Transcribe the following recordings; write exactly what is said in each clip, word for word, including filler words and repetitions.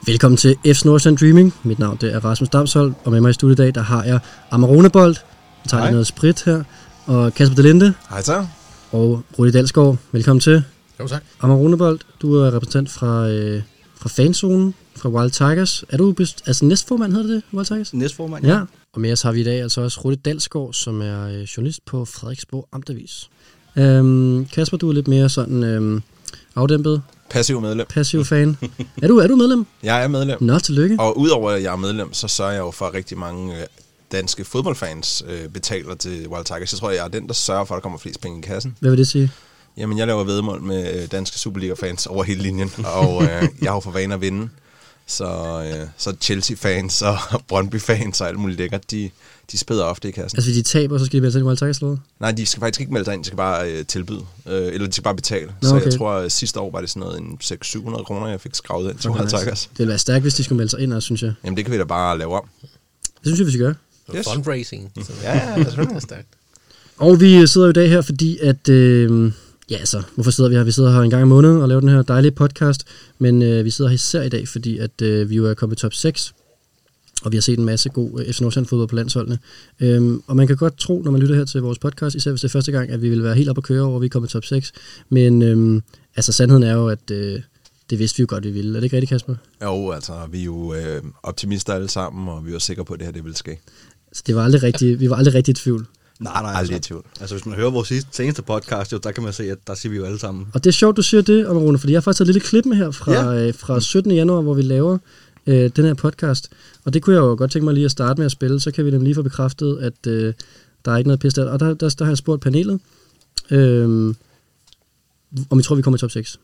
Velkommen til F C Nordsjælland Dreaming. Mit navn det er Rasmus Damsholm, og med mig i studiet i dag, der har jeg Amarone-bold. Jeg tager lige noget sprit her. Og Kasper Delinde. Hej så. Og Rudi Dalsgaard. Velkommen til. Jo tak. Amarone-bold, du er repræsentant fra, øh, fra fanzonen, fra Wild Tigers. Er du best- altså næstformand, hedder det Wild Tigers? Næstformand, ja. Ja. Og med os har vi i dag altså også Rudi Dalsgaard, som er øh, journalist på Frederiksborg Amtavis. Øhm, Kasper, du er lidt mere sådan øhm, afdæmpet. Passiv medlem. Passiv fan. er, du, er du medlem? Jeg er medlem. Nå, tillykke. Og udover at jeg er medlem, så sørger jeg jo for, at rigtig mange øh, danske fodboldfans øh, betaler til Wild Tigers. Jeg tror, jeg er den, der sørger for, at der kommer flest penge i kassen. Hvad vil det sige? Jamen, jeg laver væddemål med øh, danske Superliga-fans over hele linjen, og øh, jeg har jo for vane at vinde. Så, øh, så Chelsea-fans og Brøndby-fans og alt muligt lækkert, de, de spæder ofte i kassen. Altså, hvis de taber, så skal de melde sig i Wild Tigers, eller hvad? Nej, de skal faktisk ikke melde sig ind, de skal bare øh, tilbyde, øh, eller de skal bare betale. Nå, så okay. jeg tror, at sidste år var det sådan noget en seks til syv hundrede kroner, jeg fik skravet ind til Okay, Wild nice. Tigers. Det ville være stærkt, hvis de skulle melde sig ind, også, synes jeg. Jamen, det kan vi da bare lave om. Det synes jeg, vi skal gøre. Yes. Fundraising. Så Ja, ja, det er stærkt. Og vi sidder jo i dag her, fordi at... Øh, ja, altså, hvorfor sidder vi her? Vi sidder her en gang i måneden og laver den her dejlige podcast. Men øh, vi sidder her især i dag, fordi at øh, vi jo er kommet i top seks. Og vi har set en masse god øh, F C Nordsjælland fodbold på landsholdene. Øhm, og man kan godt tro, når man lytter her til vores podcast, især hvis det er første gang, at vi vil være helt op at køre over, at vi er kommet i top seks. Men øh, altså, sandheden er jo, at øh, det vidste vi jo godt, vi ville. Er det ikke rigtigt, Kasper? Jo, altså, vi er jo øh, optimister alle sammen, og vi var sikre på, at det her det ville ske. Altså, det var aldrig rigtig, vi var aldrig rigtig i tvivl. Nej, nej, Aldrig i altså, tvivl. altså hvis man hører vores sidste, seneste podcast, jo, der kan man se, at der siger vi jo alle sammen. Og det er sjovt, du siger det, Amarone, fordi jeg har faktisk taget et lille klip med her fra, Ja. øh, fra syttende januar, hvor vi laver øh, den her podcast. Og det kunne jeg jo godt tænke mig lige at starte med at spille, så kan vi nemlig lige få bekræftet, at øh, der er ikke noget pis der. Og der, der, der har jeg spurgt panelet, øh, om I tror, vi kommer i top seks.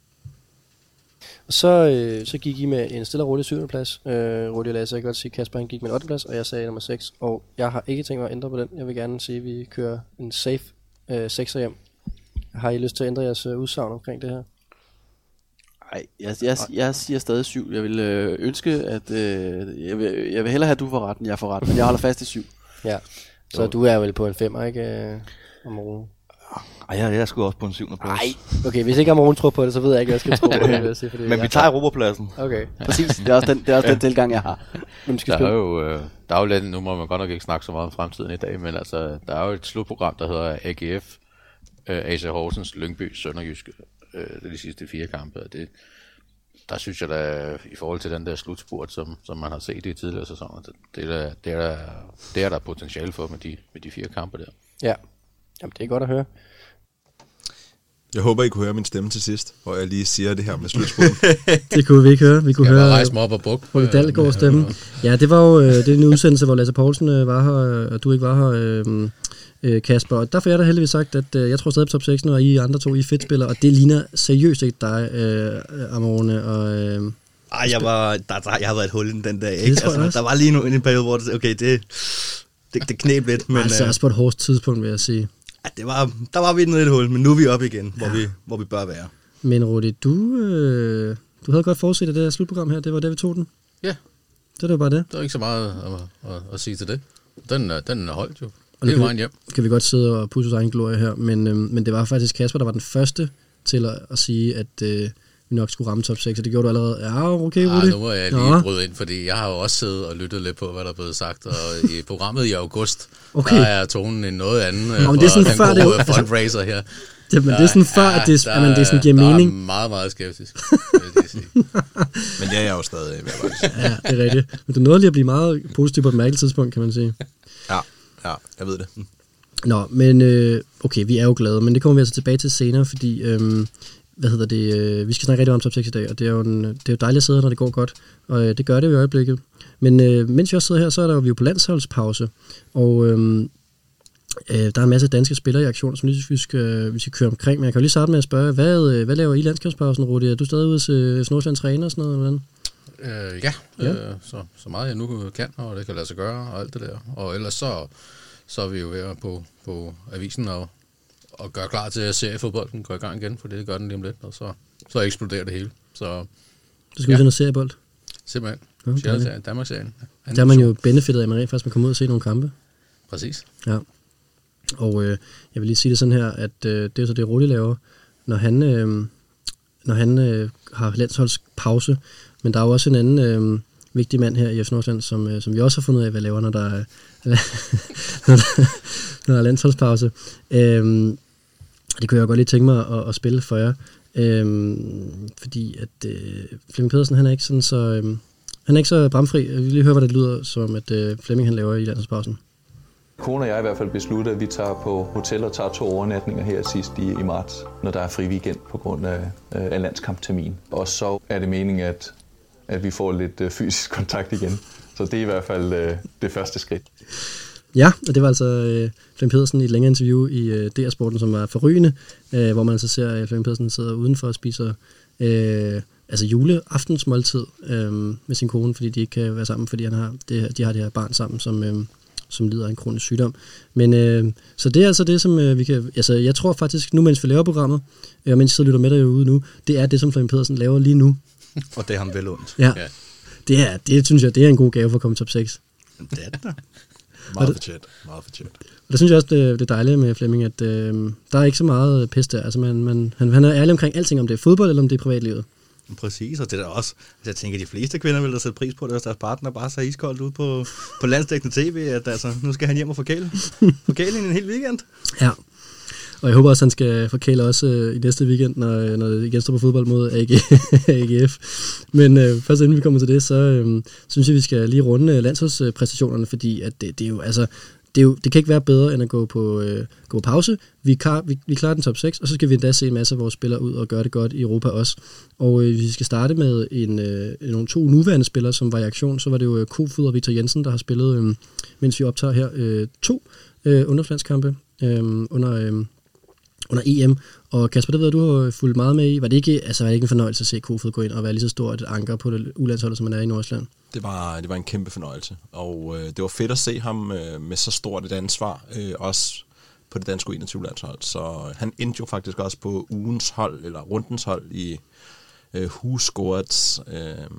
Så, øh, så gik I med en stille og rolig syvende plads. Øh, Rudi og Lasse, jeg kan godt sige, Kasper han gik med en ottende plads, og jeg sagde nummer seks. Og jeg har ikke tænkt mig at ændre på den. Jeg vil gerne sige, at vi kører en safe øh, sekser hjem. Har I lyst til at ændre jeres øh, udsagn omkring det her? Nej, jeg, jeg, jeg siger stadig syv. Jeg vil øh, ønske, at øh, jeg, vil, jeg vil hellere have, at du får ret, end jeg får ret. Men jeg holder fast i syv. Ja, så jo. Du er vel på en femmer, ikke, øh, Amarone? Ej, jeg, jeg er sgu også på en syvende plads. Nej, Okay, hvis ikke Amarone tror på det, så ved jeg ikke, hvad jeg skal tro på det. Vil jeg sige, fordi men vi tager Europapladsen. Okay. præcis. Det er også den, det er også den tilgang, jeg har. Hvem skal Der er spille? jo, øh, der er jo lidt, nu må man godt nok ikke snakke så meget om fremtiden i dag, men altså, der er jo et slutprogram, der hedder A G F, øh, A C Horsens, Lyngby, Sønderjyske, øh, det er de sidste fire kampe, og det, der synes jeg da, i forhold til den der slutspurt, som, som man har set i tidligere sæsoner, det, det, er, der, det, er, der, det er der potentiale for med de, med de fire kampe der. Ja, jamen det er godt at høre. Jeg håber, I kunne høre min stemme til sidst, hvor jeg lige siger det her med slutspurten. Det kunne vi ikke høre. Vi kunne Jeg høre vil rejse mig op og bukke. Rudi Dalgaards stemme. Ja, det var jo øh, det er en udsendelse, hvor Lasse Poulsen øh, var her, og du ikke var her, øh, øh, Kasper. Og der får jeg da heldigvis sagt, at øh, jeg tror stadig på top seks, og I andre to I er fedtspillere, og det ligner seriøst ikke dig, øh, Amarone. Og, øh, Ej, jeg, var, der, der, jeg har været et hul i den dag, Det ikke? tror jeg Altså, også. der var lige nu en periode, hvor det, okay, det, det, det kneb lidt, men altså øh, også på et hårdt tidspunkt, vil jeg sige. ja, det var, der var vi nede i et hul, men nu er vi oppe igen, hvor, vi, hvor vi bør være. Men Rudi, du, øh, du havde godt forudset, at det her slutprogram her, det var der, vi tog den. Ja. Det var bare det. Der er ikke så meget at, at, at sige til det. Den, er- den er holdt jo. Og Det nu er kan, vejen hjem. kan vi godt sidde og pusse vores egen glorie her, men, øh, men det var faktisk Kasper, der var den første til at, at sige, at øh, vi nok skulle ramme top seks, og det gjorde du allerede. Ja, okay, Rudi. Ah, nu må jeg lige Nå. bryde ind, fordi jeg har jo også siddet og lyttet lidt på, hvad der er blevet sagt, og i programmet i august, Okay. der er tonen en noget anden Nå, men det er sådan den før det- gode altså- fundraiser her. Det, men det er sådan før, at det, at man, det sådan giver der mening. Der er meget, meget skeptisk, vil jeg lige sige. Men det er jeg jo stadig, vil jeg bare sige. Ja, det er rigtigt. Men du nåede lige at blive meget positiv på et mærkeligt tidspunkt, kan man sige. Ja, ja, jeg ved det. Nå, men øh, okay, vi er jo glade, men det kommer vi altså tilbage til senere, fordi, øh, hvad hedder det, øh, vi skal snakke rigtig meget om top seks i dag, og det er jo, en, det er jo dejligt at sidde her, når det går godt, og øh, det gør det jo i øjeblikket. Men øh, mens vi også sidder her, så er der jo, vi jo på landsholdspause, og øh, øh, der er en masse danske spillere i aktion, som lige vi skal, vi skal køre omkring, men jeg kan jo lige starte med at spørge, hvad, øh, hvad laver I i landskabspausen, Rudi? Er du stadig ude til Nordsjælland træner og sådan noget, eller hvordan? Øh, ja, Ja. Øh, så, så meget jeg nu kan, og det kan lade sig gøre, og alt det der. Og ellers så, så er vi jo ved at på, på avisen og, og gøre klar til, at seriefodbolden går i gang igen, for det gør den lige om lidt, og så, så eksploderer det hele. Så Du skal Ja. ja. noget seriebold. simpelthen, Ja, ja, dejligt. Sjællandsserien, Danmarksserien. Der er man jo benefittet af, at man rent faktisk man kommer ud og se nogle kampe. Præcis. Ja. Og øh, jeg vil lige sige det sådan her, at øh, det er så det, Rudi laver, når han, øh, når han øh, har landsholdspause, Men der er jo også en anden øh, vigtig mand her i F C Nordsjælland, som, øh, som vi også har fundet ud af, hvad laver, når der er, når der, når der er landsholdspause. Øh, det kunne jeg godt lige tænke mig at, at spille for jer. Øh, fordi at øh, Flemming Pedersen, han er ikke sådan så... Øh, han er ikke så bramfri. Jeg vil lige høre, hvad det lyder som, at øh, Flemming han laver i landsholdspausen. Kone og jeg i hvert fald besluttet, at vi tager på hotel og tager to overnatninger her sidst i, i marts, når der er fri weekend på grund af, af landskamptermin. Og så er det meningen, at, at vi får lidt uh, fysisk kontakt igen. Så det er i hvert fald uh, det første skridt. Ja, og det var altså øh, Flemming Pedersen i et længere interview i øh, D R-sporten, som var forrygende, øh, hvor man altså ser, at Flemming Pedersen sidder udenfor og spiser øh, altså juleaftensmåltid øh, med sin kone, fordi de ikke kan være sammen, fordi han har det, de har det her barn sammen, som... Øh, som lider af en kronisk sygdom. Men øh, så det er altså det, som øh, vi kan... Altså, jeg tror faktisk, nu mens vi laver programmet, øh, og mens jeg sidder og lytter med derude nu, det er det, som Flemming Pedersen laver lige nu. Og det er ham vel ondt. Ja. Det, er, det synes jeg, det er en god gave for at komme i top seks. Det er det da. Meget fortjent. Meget fortjent. Og der synes jeg også, det, det er dejligt med Flemming, at øh, der er ikke så meget pest der. Altså, man, man, han, han er ærlig omkring alting, om det er fodbold eller om det er privatlivet. Præcis, og det er også, altså jeg tænker, at de fleste kvinder vil da sætte pris på det, hvis deres partner bare så iskoldt ud på, på landsdækkende tv, at altså, nu skal han hjem og forkæle, forkæle en hel weekend. Ja, og jeg håber også, at han skal forkæle også øh, i næste weekend, når, når det igen står på fodbold mod A G F. Men øh, først inden vi kommer til det, så øh, synes jeg, vi skal lige runde landsholdspræstationerne, fordi at det, det er jo altså... Det, er jo, det kan ikke være bedre end at gå på, øh, gå på pause. Vi, klar, vi, vi klarer den top seks, og så skal vi endda se en masse af vores spillere ud og gøre det godt i Europa også. Og øh, vi skal starte med en, øh, nogle to nuværende spillere, som var i aktion. Så var det jo øh, Kofod og Victor Jensen, der har spillet, øh, mens vi optager her, øh, to øh, ungdomslandskampe øh, under, øh, under E M. Og Kasper, det ved du har fulgt meget med i. Var det ikke, altså, var det ikke en fornøjelse at se Kofod gå ind og være lige så stort et anker på det ulandsholdet, som man er i Nordsjælland? Det var, det var en kæmpe fornøjelse, og øh, det var fedt at se ham øh, med så stort et ansvar, øh, også på det danske U enogtyve-landshold. Så han endte jo faktisk også på ugens hold, eller rundens hold i øh, Husgårdets øh,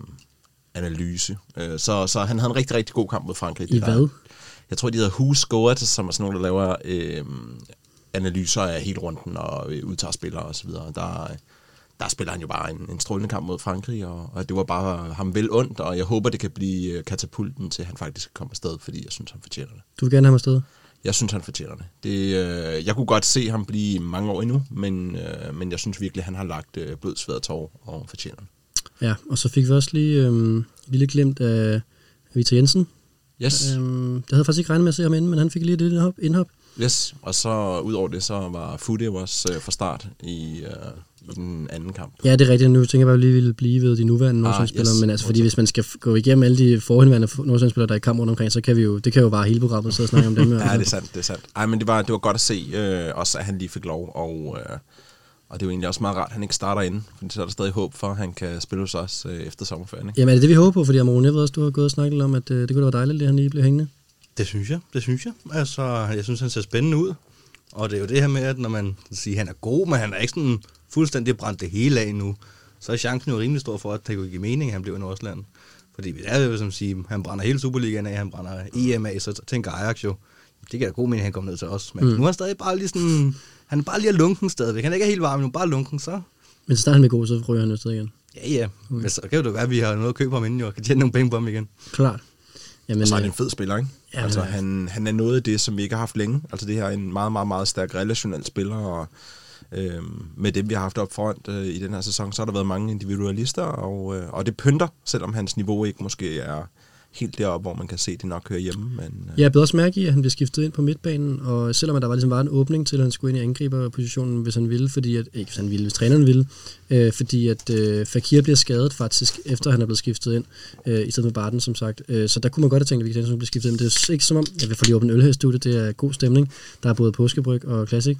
analyse. Øh, så, så han havde en rigtig, rigtig god kamp mod Frankrig. I hvad? Jeg tror, de hedder Husgård, som er sådan nogle, der laver øh, analyser af hele runden og øh, udtager spillere osv. Der Der spiller han jo bare en, en strålende kamp mod Frankrig, og, og det var bare ham vel ondt, og jeg håber, det kan blive katapulten til, at han faktisk kan komme afsted, fordi jeg synes, han fortjener det. Du vil gerne have ham afsted? Jeg synes, han fortjener det. det øh, jeg kunne godt se ham blive mange år endnu, men, øh, men jeg synes virkelig, at han har lagt øh, blod, sved og tårer og fortjener det. Ja, og så fik vi også lige øh, lille glimt af Victor Jensen. Yes. Øhm, det havde jeg faktisk ikke regnet med at se ham inden, men han fik lige et lille indhop. indhop. Yes, og så ud over det, så var Fude også øh, fra start i... Øh, i den anden kamp. Ja, det er rigtigt. Nu tænker jeg bare, at vi lige ville blive ved de nuværende Nordsjællandsspillere, ah, yes. Men altså, fordi hvis man skal gå igennem alle de forhenværende Nordsjællandsspillere, der er i kamp rundt omkring, så kan vi jo, det kan jo bare hele programmet sidde og snakke om dem. Ja, det er sandt, det er sandt. Ej, men det var, det var godt at se, øh, også at han lige fik lov, og, øh, og det er jo egentlig også meget rart, at han ikke starter inden, for så er der stadig håb for, at han kan spille hos os øh, efter sommerferien. Ikke? Jamen, er det det, vi håber på? Fordi Amon, jeg ved også, du har gået og snakket om, at øh, det kunne da være dejligt, at han lige blev hængende. Det synes jeg, det synes jeg. Altså, jeg synes, han ser spændende ud. Og det er jo det her med, at når man siger, at han er god, men han er ikke sådan fuldstændig brændt det hele af nu, så er chancen jo rimelig stor for, at det kunne give mening, at han blev i Nordsjælland. Fordi det er jo som at sige, han brænder hele Superligaen af, han brænder E M af, så tænker Ajax jo, det kan da god mening, at han kommer ned til os. Men mm. nu er han stadig bare lige sådan, han er bare lige lunken stadigvæk. Han er ikke helt varm, nu bare lunken, så... Men så starter han med god, så ryger han nødt igen. Ja, ja. Okay. Men så kan det jo være, at vi har noget at købe ham inden, og kan tjene nogle penge på ham igen. Klart. Jamen, og så er han en fed spiller, ikke? Ja, altså, han, han er noget af det, som vi ikke har haft længe. Altså, det her er en meget, meget, meget stærk relationel spiller, og øh, med dem, vi har haft op foran øh, i den her sæson, så har der været mange individualister, og, øh, og det pynter, selvom hans niveau ikke måske er helt deroppe, hvor man kan se, det nok hører hjemme. Men, øh. Jeg er bedre mærke i, at han bliver skiftet ind på midtbanen, og selvom der var, ligesom var en åbning til, at han skulle ind i angriberpositionen, hvis han ville, fordi at, ikke hvis han ville, hvis træneren ville, øh, fordi at øh, Fakir bliver skadet faktisk, efter han er blevet skiftet ind, øh, i stedet med Barton, som sagt. Øh, så der kunne man godt have tænkt, at Victor Jensen blev skiftet ind. Det er ikke som om, jeg vil få lige åbne en øl her i studiet, det er god stemning. Der er både påskebryg og classic.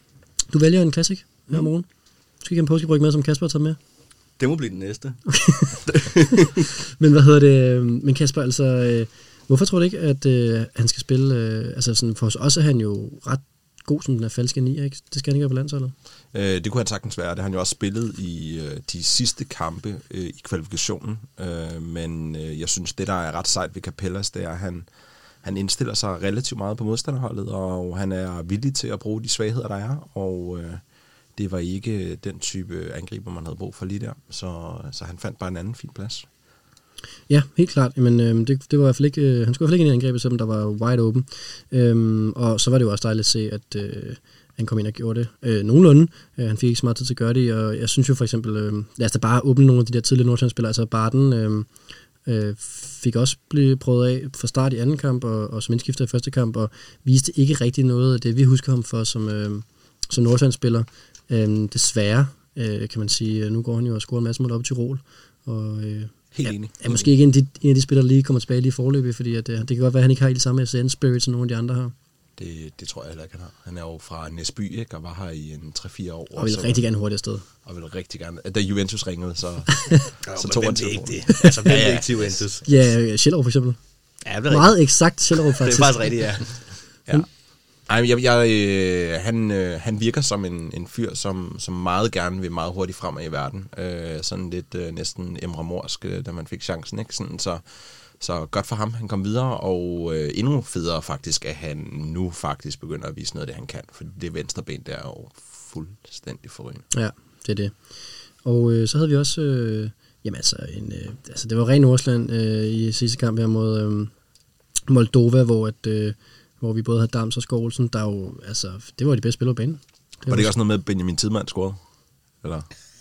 Du vælger en classic her om morgen. Du skal ikke have en påskebryg med, som Kasper har taget med. Det må blive den næste. Men hvad hedder det? Men Kasper, altså, øh, hvorfor tror du ikke, at øh, han skal spille? Øh, altså sådan, for os også er han jo ret god som den er falske nier, ikke? Det skal han ikke være på landsholdet. Øh, det kunne han sagtens være. Det har han jo også spillet i øh, de sidste kampe øh, i kvalifikationen. Øh, men øh, jeg synes, det der er ret sejt ved Capellas, det er, at han, han indstiller sig relativt meget på modstanderholdet, og han er villig til at bruge de svagheder, der er, og øh, det var ikke den type angriber, man havde brug for lige der. Så, så han fandt bare en anden fin plads. Ja, helt klart. Men øh, det, det var i hvert fald ikke, øh, han skulle i hvert fald ikke ind i angrebet, selvom der var wide open. Øhm, og så var det jo også dejligt at se, at øh, han kom ind og gjorde det øh, nogenlunde. Øh, han fik ikke så meget tid til at gøre det, og jeg synes jo for eksempel, øh, lad os da bare åbne nogle af de der tidligere Nordsjælland-spillere, altså Barden øh, øh, fik også blevet prøvet af fra start i anden kamp, og, og som indskifter i første kamp, og viste ikke rigtig noget af det, vi husker ham for som, øh, som Nordsjælland-spiller. Øh, desværre, øh, kan man sige, nu går han jo og scorer en masse mål op i Tirol, og øh, Helt ja, enig. er måske ikke en af, de, en af de spillere, der lige kommer tilbage lige i forløbet, fordi at, det, det kan godt være, at han ikke har helt samme F C N-spirit, som nogle af de andre har. Det, det tror jeg heller ikke, han har. Han er jo fra Næsby, ikke? Og var her i en tre fire år. Og vil rigtig gerne hurtigt afsted. Og vil rigtig gerne. Da Juventus ringede, så, så tog han til. det? Altså, hvem er ikke til Juventus? Ja, Schellerup for eksempel. Ja, det er meget eksakt Schellerup Det er faktisk. faktisk rigtigt, ja. Ja. Ej, jeg, jeg, øh, han, øh, han virker som en, en fyr, som, som meget gerne vil meget hurtigt fremad i verden. Øh, sådan lidt øh, næsten Emre Morsk, øh, da man fik chancen, ikke? Sådan, så, så godt for ham, han kom videre, og øh, endnu federe faktisk, at han nu faktisk begynder at vise noget af det, han kan. For det venstre ben, der er jo fuldstændig forrygende. Ja, det er det. Og øh, så havde vi også, øh, jamen altså, en, øh, altså det var ren Nordsjælland øh, i sidste kamp her mod øh, Moldova, hvor at øh, hvor vi både havde Dams og Skålsen, der jo, altså, det var de bedste spillere på banen. Det var, var det ikke også noget med, at Benjamin Tidemand scorede? Eller?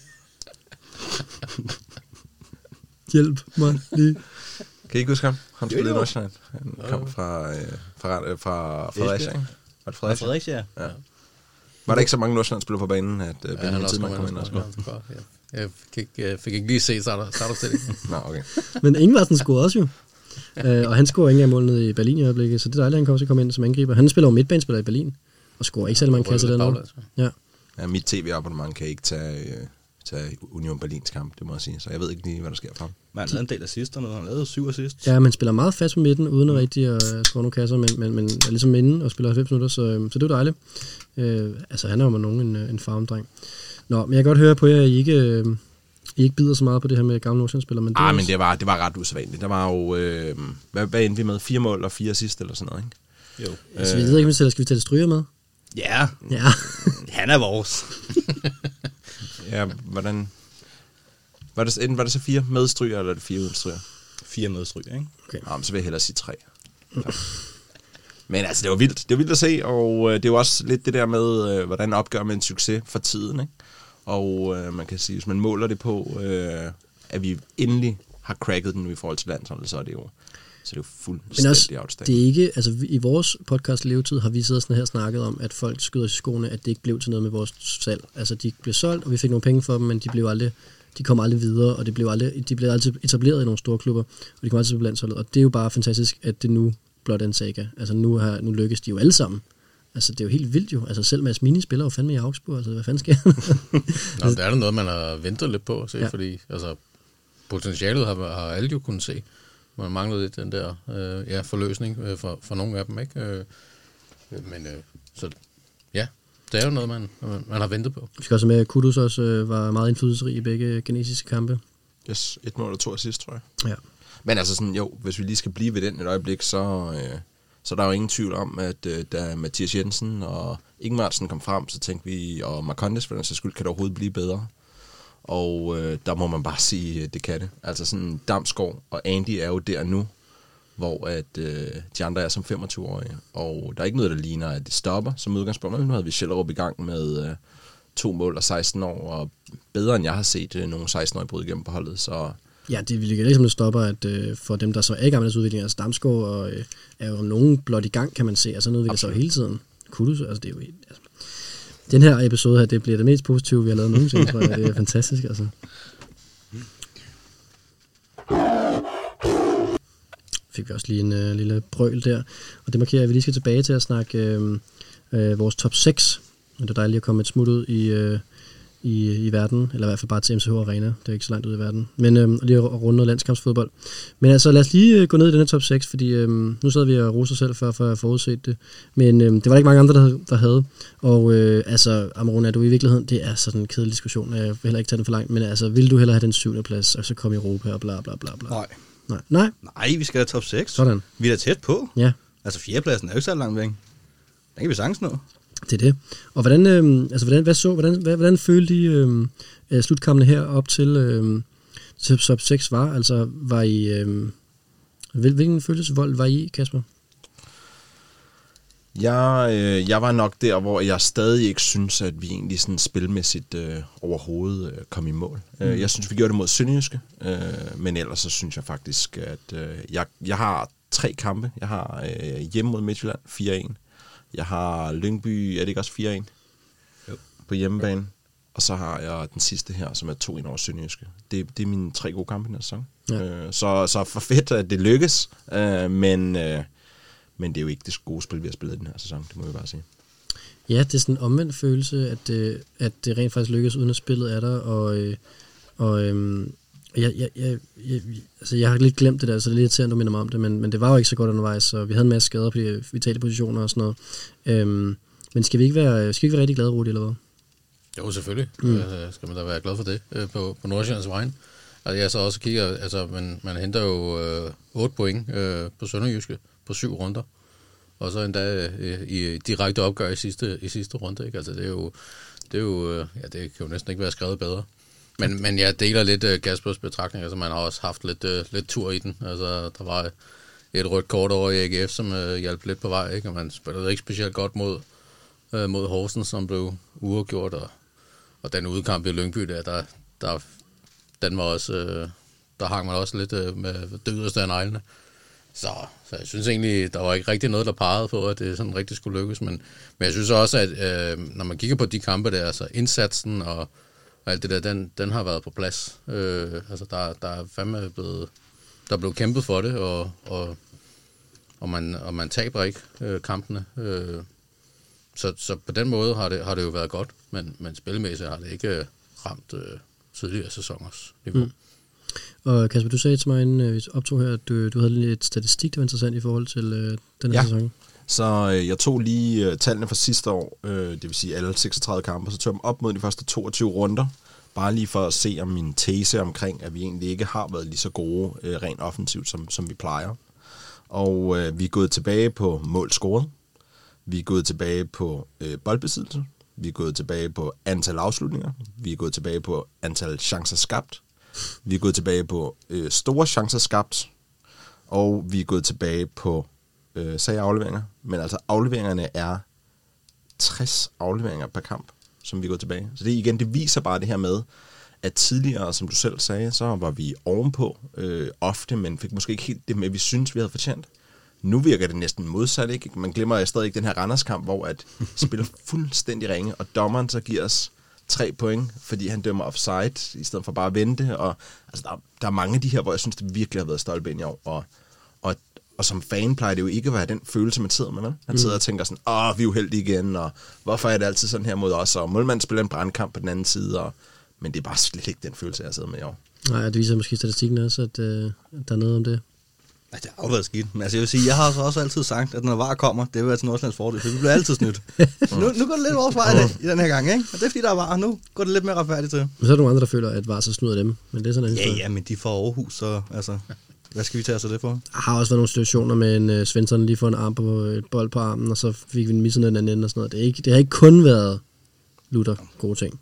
Hjælp mig lige. Kan I ikke huske ham? Han spillede i Nordsjælland. Han kom fra, øh, fra, øh, fra Fredericia, ikke? Var det Fredericia? Fredericia, ja. ja. Var der ikke så mange Nordsjælland-spillere på banen, at øh, Benjamin ja, Tidemand kom ind og scorede? Ja. Jeg fik ikke, jeg fik ikke lige set startopstillingen. Nå, okay. Men Ingvarsen scorede også jo. Uh, og han scorer ikke engang mål nede i Berlin i øjeblikket, så det er dejligt, at han kan også komme ind som angriber. Han spiller jo midtbanespiller i Berlin, og scorer ikke særlig mange kasser dernede. Ja. Ja, mit tv-abonnement kan ikke tage, øh, tage Union Berlins kamp, det må jeg sige. Så jeg ved ikke lige, hvad der sker for ham. Men han lavede en del assist, og noget. Han lavede syv assist. Ja, man spiller meget fast på midten, uden at rigtig at score nogle kasser, men, men, men er ligesom inde og spiller halvfems minutter, så, så det er jo dejligt. Uh, altså, han er jo med nogen en, en farmdreng. Nå, men jeg kan godt høre på jer, at I ikke... Uh, I ikke bider så meget på det her med gamle Nordsjælland-spillere, men det ah, også... men det var, det var ret usædvanligt. Der var jo... Øh, hvad, hvad endte vi med? Fire mål og fire assist eller sådan noget, ikke? Jo. Altså, vi ved ikke, om vi skal vi tage Stryger med? Ja. Ja. Han er vores. Ja, hvordan... Var det, enten var det så fire medstryger, eller er det fire uden stryger? Fire medstryger, ikke? Okay. Nå, så vil jeg hellere sige tre. Men altså, det var vildt. Det var vildt at se, og øh, det er jo også lidt det der med, øh, hvordan opgør man en succes for tiden, ikke? Og øh, man kan sige, hvis man måler det på, øh, at vi endelig har cracket den i forhold til landsholdet, så er det jo, så er det jo fuldstændig outstanding. Det er ikke, altså i vores podcast levetid har vi siddet sådan her snakket om, at folk skyder i skoene, at det ikke blev til noget med vores salg. Altså de blev solgt, og vi fik nogle penge for dem, men de blev aldrig, de kom aldrig videre, og det blev aldrig, de blev aldrig etableret i nogle store klubber, og de kom altid på landsholdet. Og det er jo bare fantastisk, at det nu blot er en saga. Altså nu, har, nu lykkes de jo alle sammen. Altså, det er jo helt vildt jo. Altså, selv Mads Mini spiller jo fandme i Augsburg. Altså, hvad fanden sker der? Nå, det er da noget, man har ventet lidt på at se, ja. Fordi altså, potentialet har, har alle jo kunnet se. Man manglede lidt den der øh, ja, forløsning øh, for, for nogle af dem, ikke? Øh, men øh, så ja, det er jo noget, man, man har ventet på. Vi skal også med, at Kudus også øh, var meget indflydelsesrig i begge genetiske kampe. Yes, et mål og to assist, tror jeg. Ja. Men altså sådan, jo, hvis vi lige skal blive ved den et øjeblik, så... Øh, Så der er jo ingen tvivl om, at øh, da Mathias Jensen og Ingvartsen kom frem, så tænkte vi, og Marcondes for den sags skyld, kan det overhovedet blive bedre? Og øh, der må man bare sige, at det kan det. Altså sådan, Damsgaard og Andy er jo der nu, hvor at, øh, de andre er som femogtyve-årige. Og der er ikke noget, der ligner, at det stopper som udgangspunkt. Nu havde vi Schellerup i gang med øh, to mål og seksten år, og bedre end jeg har set øh, nogle seksten-årige bryde igennem på holdet, så... Ja, det vil ikke ligesom det stopper, at øh, for dem, der så er i gang med deres udvikling, altså Damsgaard og, øh, er jo nogen blot i gang, kan man se, altså noget udvikler sig jo hele tiden. Kudus, altså det er jo helt... Altså. Den her episode her, det bliver det mest positive, vi har lavet nogensinde, tror jeg. Det er fantastisk, altså. Fik vi også lige en øh, lille brøl der, og det markerer, at vi lige skal tilbage til at snakke øh, øh, vores top seks. Det er dejligt at komme et smut ud i... Øh, I, i verden, eller i hvert fald bare til M C H Arena. Det er ikke så langt ud i verden. Men øhm, lige at runde noget landskampsfodbold. Men altså, lad os lige øh, gå ned i denne top seks, fordi øhm, nu sad vi og rose os selv for, for at forudset det. Men øhm, det var der ikke mange andre, der, der havde. Og øh, altså, Amarone, er du i virkeligheden, det er sådan en kedelig diskussion. Jeg vil heller ikke tage den for langt, men altså, vil du hellere have den syvende plads, og så komme i Europa og bla bla bla bla? Nej. Nej. Nej? Nej, vi skal have top seks. Sådan. Vi er da tæt på. Ja. Altså, fjerdepladsen er jo ikke så langt væk. Den kan vi sagtens nå. Det er det. Og hvordan, øh, altså, hvordan, hvad så, hvordan, hvad, hvordan følte I øh, slutkampene her op til, øh, top seks var? Altså, var I... Øh, hvilken følelsesvold var I, Kasper? Jeg, øh, jeg var nok der, hvor jeg stadig ikke synes, at vi egentlig sådan spilmæssigt øh, overhovedet øh, kom i mål. Mm. Jeg synes, vi gjorde det mod Sønderjyske, øh, men ellers så synes jeg faktisk, at øh, jeg, jeg har tre kampe. Jeg har øh, hjemme mod Midtjylland fire en. Jeg har Lyngby, er det ikke også fire en? Jo. På hjemmebane. Jo. Og så har jeg den sidste her, som er to en over Sønderjyske. Det, det er mine tre gode kampe i den her sæson. Ja. Øh, så, så for fedt, at det lykkes, øh, men... Øh, Men det er jo ikke det gode spil, vi har spillet i den her sæson, det må jeg bare sige. Ja, det er sådan en omvendt følelse, at, øh, at det rent faktisk lykkes, uden at spillet er der. Og, øh, og øh, jeg, jeg, jeg, jeg, altså jeg har lidt glemt det der, så det er lidt irriterende, du minder mig om det, men, men det var jo ikke så godt undervejs, så vi havde en masse skader på de vitale positioner og sådan noget. Øh, men skal vi ikke være, skal vi ikke være rigtig glade, Rudi, eller hvad? Jo, selvfølgelig. Mm. Øh, skal man da være glad for det øh, på, på Nordsjællands vejen. Altså, jeg så også kigger, altså man, man henter jo øh, otte point øh, på Sønderjyske på syv runder, og så endda øh, i direkte opgør i sidste, i sidste runde, ikke? Altså det er jo, det er jo, øh, ja, det kan jo næsten ikke være skrevet bedre. Men, men jeg deler lidt øh, Kaspers betragtning, altså man har også haft lidt, øh, lidt tur i den. Altså der var et rødt kort over i A G F, som øh, hjalp lidt på vej, ikke? Og man spillede ikke specielt godt mod, øh, mod Horsens, som blev uafgjort, og, og den udkamp i Lyngby der, der, der den var også, øh, der hang man også lidt øh, med det yderste af neglene. Så, så jeg synes egentlig, der var ikke rigtig noget, der pegede på, at det sådan rigtig skulle lykkes. Men, men jeg synes også, at øh, når man kigger på de kampe der, altså indsatsen og, og alt det der, den, den har været på plads. Øh, altså der, der er fandme blevet, der er blevet kæmpet for det, og, og, og, man, og man taber ikke øh, kampene. Øh, så, så på den måde har det, har det jo været godt, men, men spillemæssigt har det ikke ramt øh, tidligere sæsoners niveau. Mm. Og Kasper, du sagde til mig, inden vi optog her, at du, du havde lidt statistik, der var interessant i forhold til øh, den her ja. sæson. Så øh, jeg tog lige øh, tallene fra sidste år, øh, det vil sige alle seksogtredive kampe, så tog jeg dem op mod de første toogtyve runder, bare lige for at se om min tese omkring, at vi egentlig ikke har været lige så gode øh, rent offensivt, som, som vi plejer. Og øh, vi er gået tilbage på mål scoret, vi er gået tilbage på øh, boldbesiddelse, vi er gået tilbage på antal afslutninger, vi er gået tilbage på antal chancer skabt, vi er gået tilbage på øh, store chancer skabt, og vi er gået tilbage på, øh, sagde afleveringer, men altså afleveringerne er tres afleveringer per kamp, som vi er gået tilbage. Så det igen, det viser bare det her med, at tidligere, som du selv sagde, så var vi ovenpå øh, ofte, men fik måske ikke helt det med, vi synes, vi havde fortjent. Nu virker det næsten modsat, ikke? Man glemmer stadig ikke den her Randers-kamp, hvor at spiller fuldstændig ringe, og dommeren så giver os tre point, fordi han dømmer offside, i stedet for bare at vente. Og, altså, der, der er mange af de her, hvor jeg synes, det virkelig har været stolpe ind i år. Og, og, og som fan plejer det jo ikke at være den følelse, man sidder med. Vel? Man sidder mm. og tænker sådan, åh, vi er uheldige igen, og hvorfor er det altid sådan her mod os? Og målmanden spiller en brandkamp på den anden side, og, men det er bare slet ikke den følelse, jeg sidder med i år. Nej, det viser måske statistikken også, at øh, der er noget om det. Ja, det har jo været skidt. Men altså, jeg vil sige, jeg har også altid sagt, at når V A R kommer, det vil være til Nordsjællands fordel, for vi bliver altid snydt. nu, nu går det lidt vores vej i den her gang, ikke? Og det er fordi, der er V A R. Nu går det lidt mere retfærdigt til. Men så er der nogle andre, der føler, at V A R så snyder dem. Men det er sådan en ja, historie. Ja, men de får Aarhus, så altså, hvad skal vi tage os af det for? Der har også været nogle situationer med en uh, Svensson lige får en arm på et bold på armen, og så fik vi en misset den anden ende og sådan noget. Det, er ikke, det har ikke kun været lutter gode ting.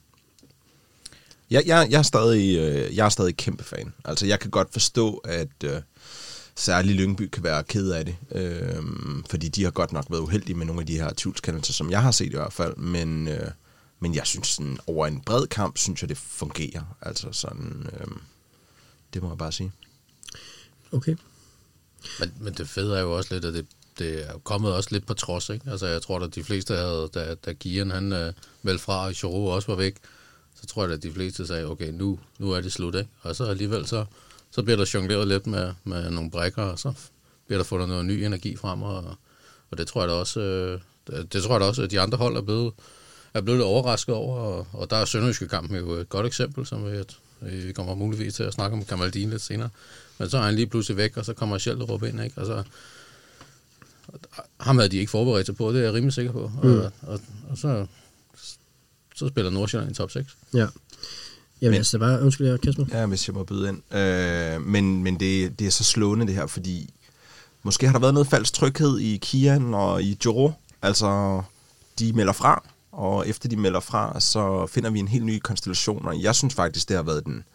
Jeg, jeg, jeg, er stadig, øh, jeg er stadig kæmpe fan. Altså, jeg kan godt forstå, at øh, særligt Lyngby kan være ked af det, øh, fordi de har godt nok været uheldige med nogle af de her tvivlskendelser, som jeg har set i hvert fald, men, øh, men jeg synes, sådan, over en bred kamp, synes jeg, det fungerer. Altså sådan, øh, det må jeg bare sige. Okay. Men, men det fede er jo også lidt, at det, det er kommet også lidt på trods, ikke? Altså, jeg tror, at de fleste havde, da, da Gian, han øh, vel fra, og Giroud også var væk, så tror jeg, at de fleste sagde, okay, nu, nu er det slut, ikke? Og så alligevel, så, så bliver der jongleret lidt med, med nogle brækker, og så bliver der fundet noget ny energi frem, og, og det tror jeg da også, øh, det, det tror jeg da også, at de andre hold er blevet, er blevet lidt overrasket over, og, og der er Sønderjyske kampen jo et godt eksempel, som vi, vi kommer muligvis til at snakke om Kamaldin lidt senere, men så er han lige pludselig væk, og så kommer Schelderup ind, ikke? Og så ham havde de ikke forberedt sig på, det er jeg rimelig sikker på, mm. og, og, og så... så spiller Nordsjælland i top seks. Ja. Jamen, men, altså, det er bare, undskyld, Kasper. Ja, hvis jeg må byde ind. Øh, men men det, det er så slående, det her, fordi måske har der været noget falsk tryghed i Kian og i Joro. Altså, de melder fra, og efter de melder fra, så finder vi en helt ny konstellation, og jeg synes faktisk, det har været den,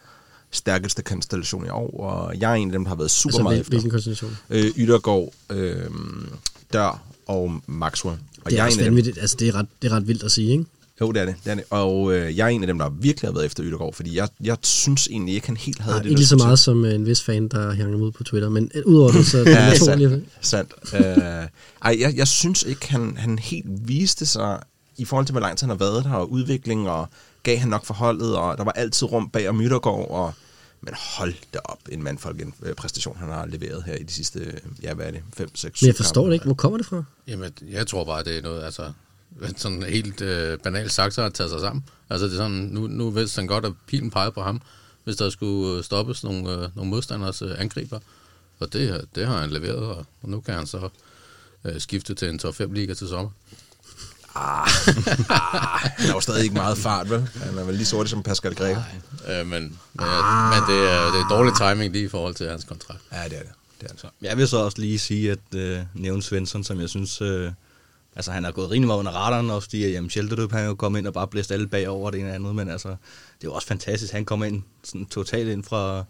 stærkeste konstellation i år, og jeg er en af dem, der har været super Altså, meget hvil- efter. hvilken konstellation? Øh, Yttergaard, øh, Dør og Maxwell. Og Det er jeg også en af dem, vanvittigt. Altså, det er, ret, det er ret vildt at sige, ikke? jo, det er det. det, er det. Og øh, jeg er en af dem, der virkelig har været efter Yttergaard, fordi jeg, jeg synes egentlig ikke, han helt havde Nej, det. ikke lige så der meget som øh, en vis fan, der hænger ud på Twitter, men øh, udover det, så er det Ja, naturligt. sandt. sandt. Uh, ej, jeg, jeg synes ikke, han, han helt viste sig i forhold til, hvor lang tid han har været der, og udvikling, og gav han nok forholdet, og der var altid rum bag om Yttergaard, og men hold da op, en mandfolk, en præstation, han har leveret her i de sidste, ja, hvad er det, fem, seks, Men jeg forstår det ikke. Hvor kommer det fra? Jamen, jeg tror bare, det er noget, altså, sådan helt øh, banalt sagt, så har taget sig sammen. Altså, det er sådan, nu, nu vidste han godt, at pilen pegede på ham, hvis der skulle stoppes nogle, øh, nogle modstanders øh, angriber. Og det, det har han leveret, og, og nu kan han så øh, skifte til en top fem liga til sommer. Ah, ah, han er jo stadig ikke meget fart, vel? Han er vel lige så hurtig som Pascal Græger. Øh, men men, ah. men det, er, det er dårlig timing lige i forhold til hans kontrakt. Ja, det er det. det, er det. Jeg vil så også lige sige, at øh, nævne Svensson, som jeg synes, øh, altså han er gået rimelig meget under radaren, også fordi, jamen Shelterdup, han er jo kommet ind og bare blæst alle bagover det ene og andet, men altså, det er jo også fantastisk, han kommer ind sådan totalt ind fra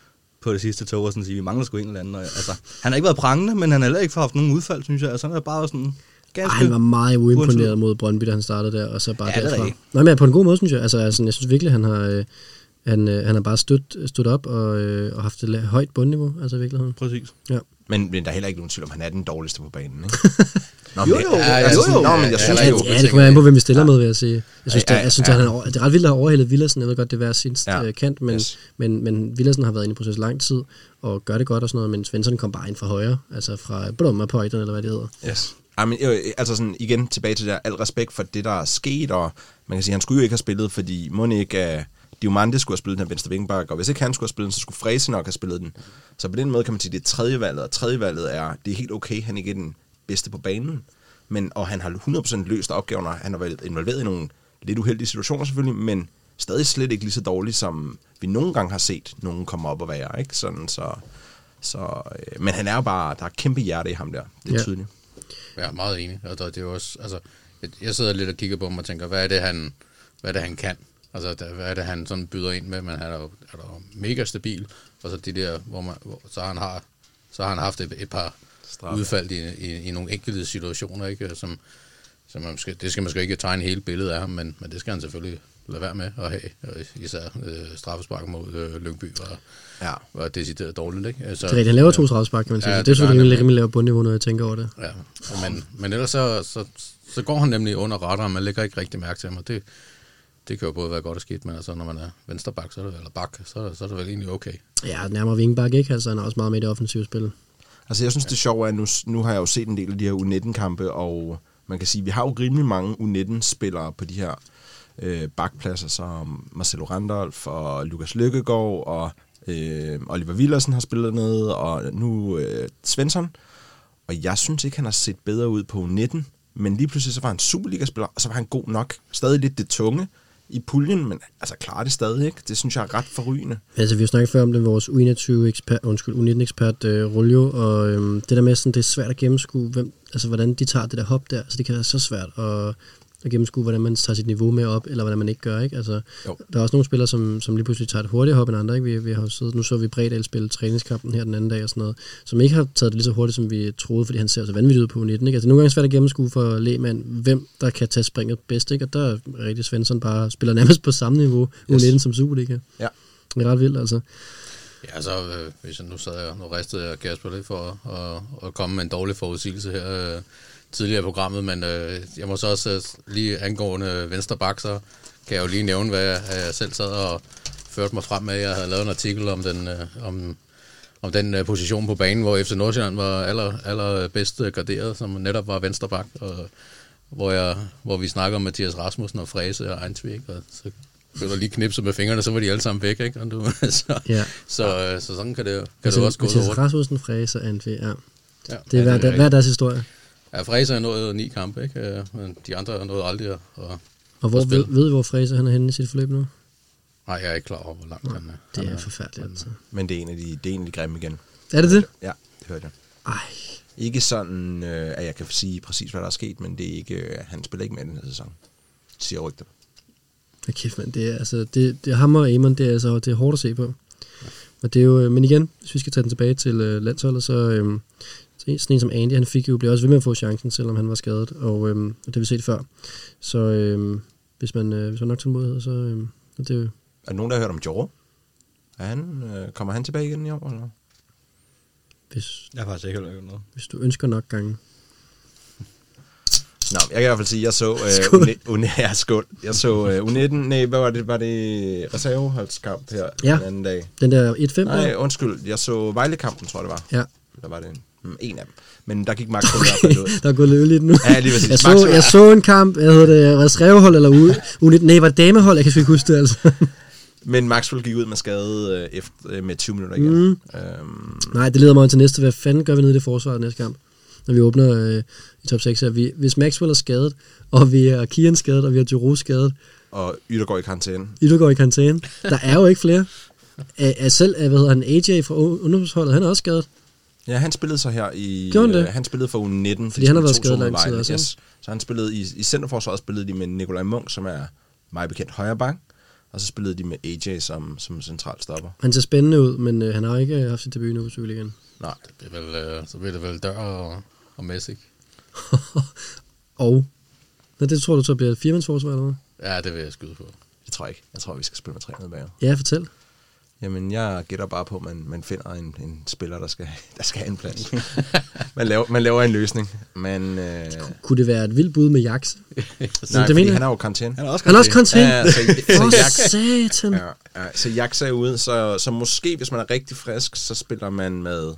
på det sidste tog, og sådan sige, vi mangler sgu en eller anden, og, altså, han har ikke været prangende, men han har heller ikke haft nogen udfald, synes jeg, altså han er bare sådan ganske... Ej, han var meget uimponeret mod Brøndby, da han startede der, og så bare Ja, det er derfra. rigtigt. Nej, men på en god måde, synes jeg. Altså, altså jeg synes virkelig, han har, øh, han, øh, han har bare stødt, stødt op og, øh, og haft et la- højt bundniveau, altså i virkeligheden. Præcis. Ja. Men, men der er heller ikke nogen tvivl om, han er den dårligste på banen, ikke? Nå, Jo, men- jo, ja, ja, jo, jo, jo. Nå, men jeg ja, synes ja, jo... Ja, det kommer an på, hvem vi stiller med, vil jeg sige. Jeg synes, Ja, det, jeg synes ja, at ja. han er, det er ret vildt at have overhældet Villadsen. Jeg ved godt, det er hver sin Ja. ja. kant, men, Yes. men, men Villadsen har været inde i proces lang tid, og gør det godt og sådan noget, men Svensson kom bare ind fra højre, altså fra Blommerpøjterne, eller hvad det hedder. Yes. Ej, men, øh, altså sådan, igen tilbage til det der, al respekt for det, der er sket, og man kan sige, han skulle jo ikke have spillet, fordi må ikke uh, Diomande skulle have spillet den her venstre vingbak, og hvis ikke han skulle have spillet den, så skulle Frese nok have spillet den. Så på den måde kan man sige, det er tredje valget, og tredje valget er, det er helt okay, han ikke er den bedste på banen, men, og han har hundrede procent løst opgaverne, han har været involveret i nogle lidt uheldige situationer selvfølgelig, men stadig slet ikke lige så dårligt, som vi nogle gange har set nogen komme op og være, ikke? Sådan, så, så, øh, men han er jo bare, der er kæmpe hjerte i ham der, det er Ja. tydeligt. Jeg er meget enig, og det er jo også, altså, jeg- jeg sidder lidt og kigger på ham og tænker, hvad er det, han, hvad er det, han kan? Altså, der, hvad er det, han sådan byder ind med, men han er jo, er jo mega stabil, og så de der, hvor man, hvor, så, han har, så har han haft et, et par Straffe. udfald i, i, i nogle enkelte situationer, ikke, som, som man skal, det skal man skal ikke tegne hele billedet af ham, men, men det skal han selvfølgelig lade være med at have, og især øh, straffespark mod øh, Lyngby var, Ja. var decideret dårligt, ikke? Så, Det er rigtigt, han laver to straffespark, kan man sige. Ja, Ja, det, det det er gør han selvfølgelig nemlig. rimelig lavt bundniveau, når jeg tænker over det. Ja, men, men ellers så, så, så går han nemlig under radaren, man lægger ikke rigtig mærke til ham, og det, det kan jo både være godt og skidt, men altså, når man er vensterbak, så er det, eller bak, så, er det- så er det vel egentlig okay. Ja, nærmere vingbak, ikke? Altså, han er også meget med i det offensive spil. Altså, jeg synes, det sjove er, at nu, nu har jeg jo set en del af de her U nitten-kampe, og man kan sige, at vi har jo rimelig mange U nitten-spillere på de her øh, bakpladser, som Marcelo Randolph og Lukas Lykkegaard, og øh, Oliver Villersen har spillet nede, og nu øh, Svensson. Og jeg synes ikke, han har set bedre ud på U nitten, men lige pludselig så var han Superliga-spiller, og så var han god nok. Stadig lidt det tunge i puljen, men altså klarer det stadig ikke. Det synes jeg er ret forrygende. Altså, vi har snakket før om det, vores U enogtyve-ekspert, undskyld, U nitten-ekspert, øh, Ruljo, og øhm, det der med, sådan, det er svært at gennemskue, hvem, altså, hvordan de tager det der hop der. Altså, det kan være så svært at, at gennemskue, hvordan man tager sit niveau med op, eller hvordan man ikke gør, ikke? Altså, Jo. der er også nogle spillere, som, som lige pludselig tager et hurtigere hop end andre, ikke? Vi, vi har jo siddet, nu så vi Bredal spille træningskampen her den anden dag og sådan noget, som ikke har taget det lige så hurtigt, som vi troede, fordi han ser så vanvittigt ud på U nitten, ikke? Altså, nogle gange er det svært at gennemskue for lægmand, hvem der kan tage springet bedst, ikke? Og der er rigtig Svensson bare spiller nærmest på samme niveau, U nitten Yes. som Superliga. Ja. Det er ret vildt, altså. Ja, så øh, hvis jeg nu sad jeg, nu ristede jeg Kasper lidt for at, at komme med en dårlig forudsigelse her øh, tidligere i programmet, men øh, jeg må så også øh, lige angående vensterbak, så kan jeg jo lige nævne, hvad jeg, jeg selv sad og førte mig frem med. Jeg havde lavet en artikel om den, øh, om, om den øh, position på banen, hvor F C Nordsjælland var aller, aller bedst graderet, som netop var vensterbak, og hvor, jeg, hvor vi snakker om Mathias Rasmussen og Frese og Einsvik, og så blev der lige knipset med fingrene, så var de alle sammen væk, ikke? Og du, så, Ja. så, så sådan kan det, kan det også gå så Mathias hurtigt. Rasmussen, Frese og Anfi, ja. Ja, Det er hver, der, hver deres historie. Ja, Frese har nået ni kampe, ikke? Øh, Men de andre har nået aldrig at... at Og hvor at spille. ved, ved I, hvor Frese han er henne i sit forløb nu? Nej, jeg er ikke klar over, hvor langt han er. Det Han er forfærdeligt, altså. Men det er en af de, det er en af de grimme igen. Er det det? Ja, det hørte jeg. Ej, Ikke sådan, øh, at jeg kan sige præcis, hvad der er sket, men det er ikke, øh, han spiller ikke med i den her sæson, siger rygter. hvad kæft, mand. Det er, altså, det, det er ham og Amon, det er, altså, det er hårdt at se på. og det er jo, men igen, hvis vi skal tage den tilbage til øh, landsholdet, så, øh, så sådan en som Andy, han fik jo, blev også ved med at få chancen, selvom han var skadet, og, øh, og det har vi set før. Så øh, hvis man øh, hvis man nok tålmodighed, så øh, det er jo... Er der nogen, der har hørt om Joro? Er han, øh, kommer han tilbage igen i år, eller? Hvis, Jeg har faktisk ikke hørt noget. hvis du ønsker nok gange. Nå, jeg kan i hvert fald sige, at jeg så... Øh, skål. Ja, skål. Jeg så øh, U nitten, nej, hvad var det? Var det reserveholdskamp her Ja. den anden dag? Den der et fem Nej, der? undskyld. Jeg så Vejle-kampen, tror jeg det var. Ja. Der var det en, en af dem. Men der gik Max okay. i hvert fald ud. Der er gået lidt nu. Ja, lige præcis. Jeg Max så, var- jeg så en kamp, jeg hedder det, reservehold eller ude. U nitten, nej, var det damehold? Jeg kan sgu ikke huske det, altså. Men Maxwell gik ud med skade øh, efter, øh, med tyve minutter igen. Mm. Øhm, Nej, det leder mig til næste. Hvad fanden gør vi nede i det forsvar næste kamp? Når vi åbner øh, i top seks her. Vi, hvis Maxwell er skadet, og vi er Kian skadet, og vi har Giroud skadet, og Yttergaard i karantæne. Ytter går i karantæne. Der er jo ikke flere. Er, er selv, hvad hedder han, A J fra ungdomsholdet, han er også skadet. Ja, han spillede så her i... Gjorde han det? Øh, han spillede for U nitten. Fordi han har de været spillede skadet to to lang tid mod også, Vejle. Yes. Så han spillede i, i centerforsvaret, spillede de med Nikolaj Munk, som er meget bekendt højre bak. Og så spillede de med A J som, som central stopper. Han ser spændende ud, men øh, han har ikke haft sit debut nu på Superligaen. Nej. Det er vel, øh, så bliver det vel Dør og, og Messi. og? Nå, det tror du så bliver et firemandsforsvar eller hvad? Ja, det vil jeg skyde på. Jeg tror ikke. Jeg tror, vi skal spille med tre nede bag. Ja, fortæl. Jamen, jeg gætter bare på, at man, man finder en, en spiller, der skal, der skal have en plads. man, laver, man laver en løsning. Men, øh, Kunne det være et vildt bud med Jax? nej, det fordi mener jeg. han er jo karantæne. Han er også Han er også karantæne. kontent. Ja, så, så, Åh, Jax, satan. ja, ja, så Jax er ude, så, så måske, hvis man er rigtig frisk, så spiller man med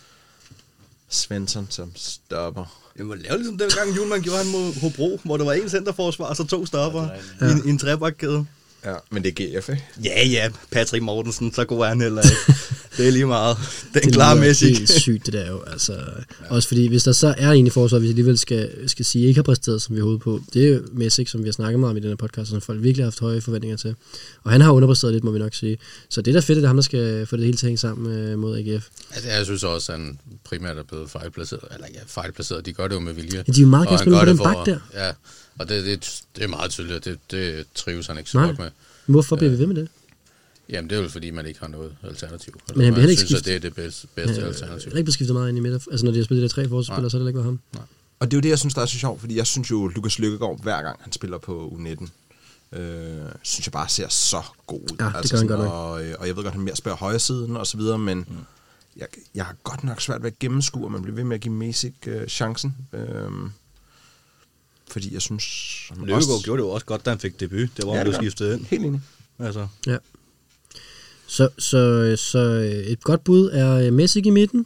Svensson som stopper. Jeg må lave ligesom den gang, Julemand gjorde han mod Hobro, hvor der var en centerforsvar, og så to stopper ja. i, en, i en trebakkæde. Ja, men det er G F, ikke? Ja, ja, Patrick Mortensen, så god er han heller ikke. Det er lige meget. Den Det klare lyder Messi. helt sygt, det der jo. Altså, ja. Også fordi, hvis der så er en i forsvaret, hvis jeg alligevel skal, skal sige, ikke har præsteret, som vi har hovedet på, det er jo Messi, som vi har snakket meget om i den her podcast, som folk virkelig har haft høje forventninger til. Og han har underpræsteret lidt, må vi nok sige. Så det er da fedt, at det er ham, der skal få det hele til at hænge sammen øh, mod A G F. Altså, jeg synes også, at han primært er blevet fejlplaceret. Eller ja, fejlplaceret. De gør det jo med vilje. Ja, de er jo meget Og gerne han spille gør på den det bak for- der. Ja, og det, det, det er meget tydeligt, det, det trives han ikke så Nej. godt med. Hvorfor bliver vi ved med det? Jamen, det er jo fordi, man ikke har noget alternativ. Eller Men han bliver man heller ikke synes, at skiftet. det er det bedste, bedste Han alternativ. har ikke blevet skiftet meget ind i midter. Altså, når de har spillet de der tre forsvarsspillere, så har det ikke været ham. Og det er jo det, jeg synes, der er så sjovt, fordi jeg synes jo, Lukas Lykkegaard, hver gang han spiller på U nitten, øh, synes jeg bare ser så god ud. Ja, det altså gør han sådan, godt nok. og, øh, og jeg ved godt, han mere spiller højre siden og så videre, men mm. jeg, jeg har godt nok svært ved at gennemskue, og man bliver ved med at give Messi øh, chancen. Øh, fordi jeg synes... Løbegaard gjorde det jo også godt, da han fik debut. Det var Ja, han det blev gør skiftet ind. Helt enig. Altså, Ja. Så, så, så et godt bud er Messi i midten,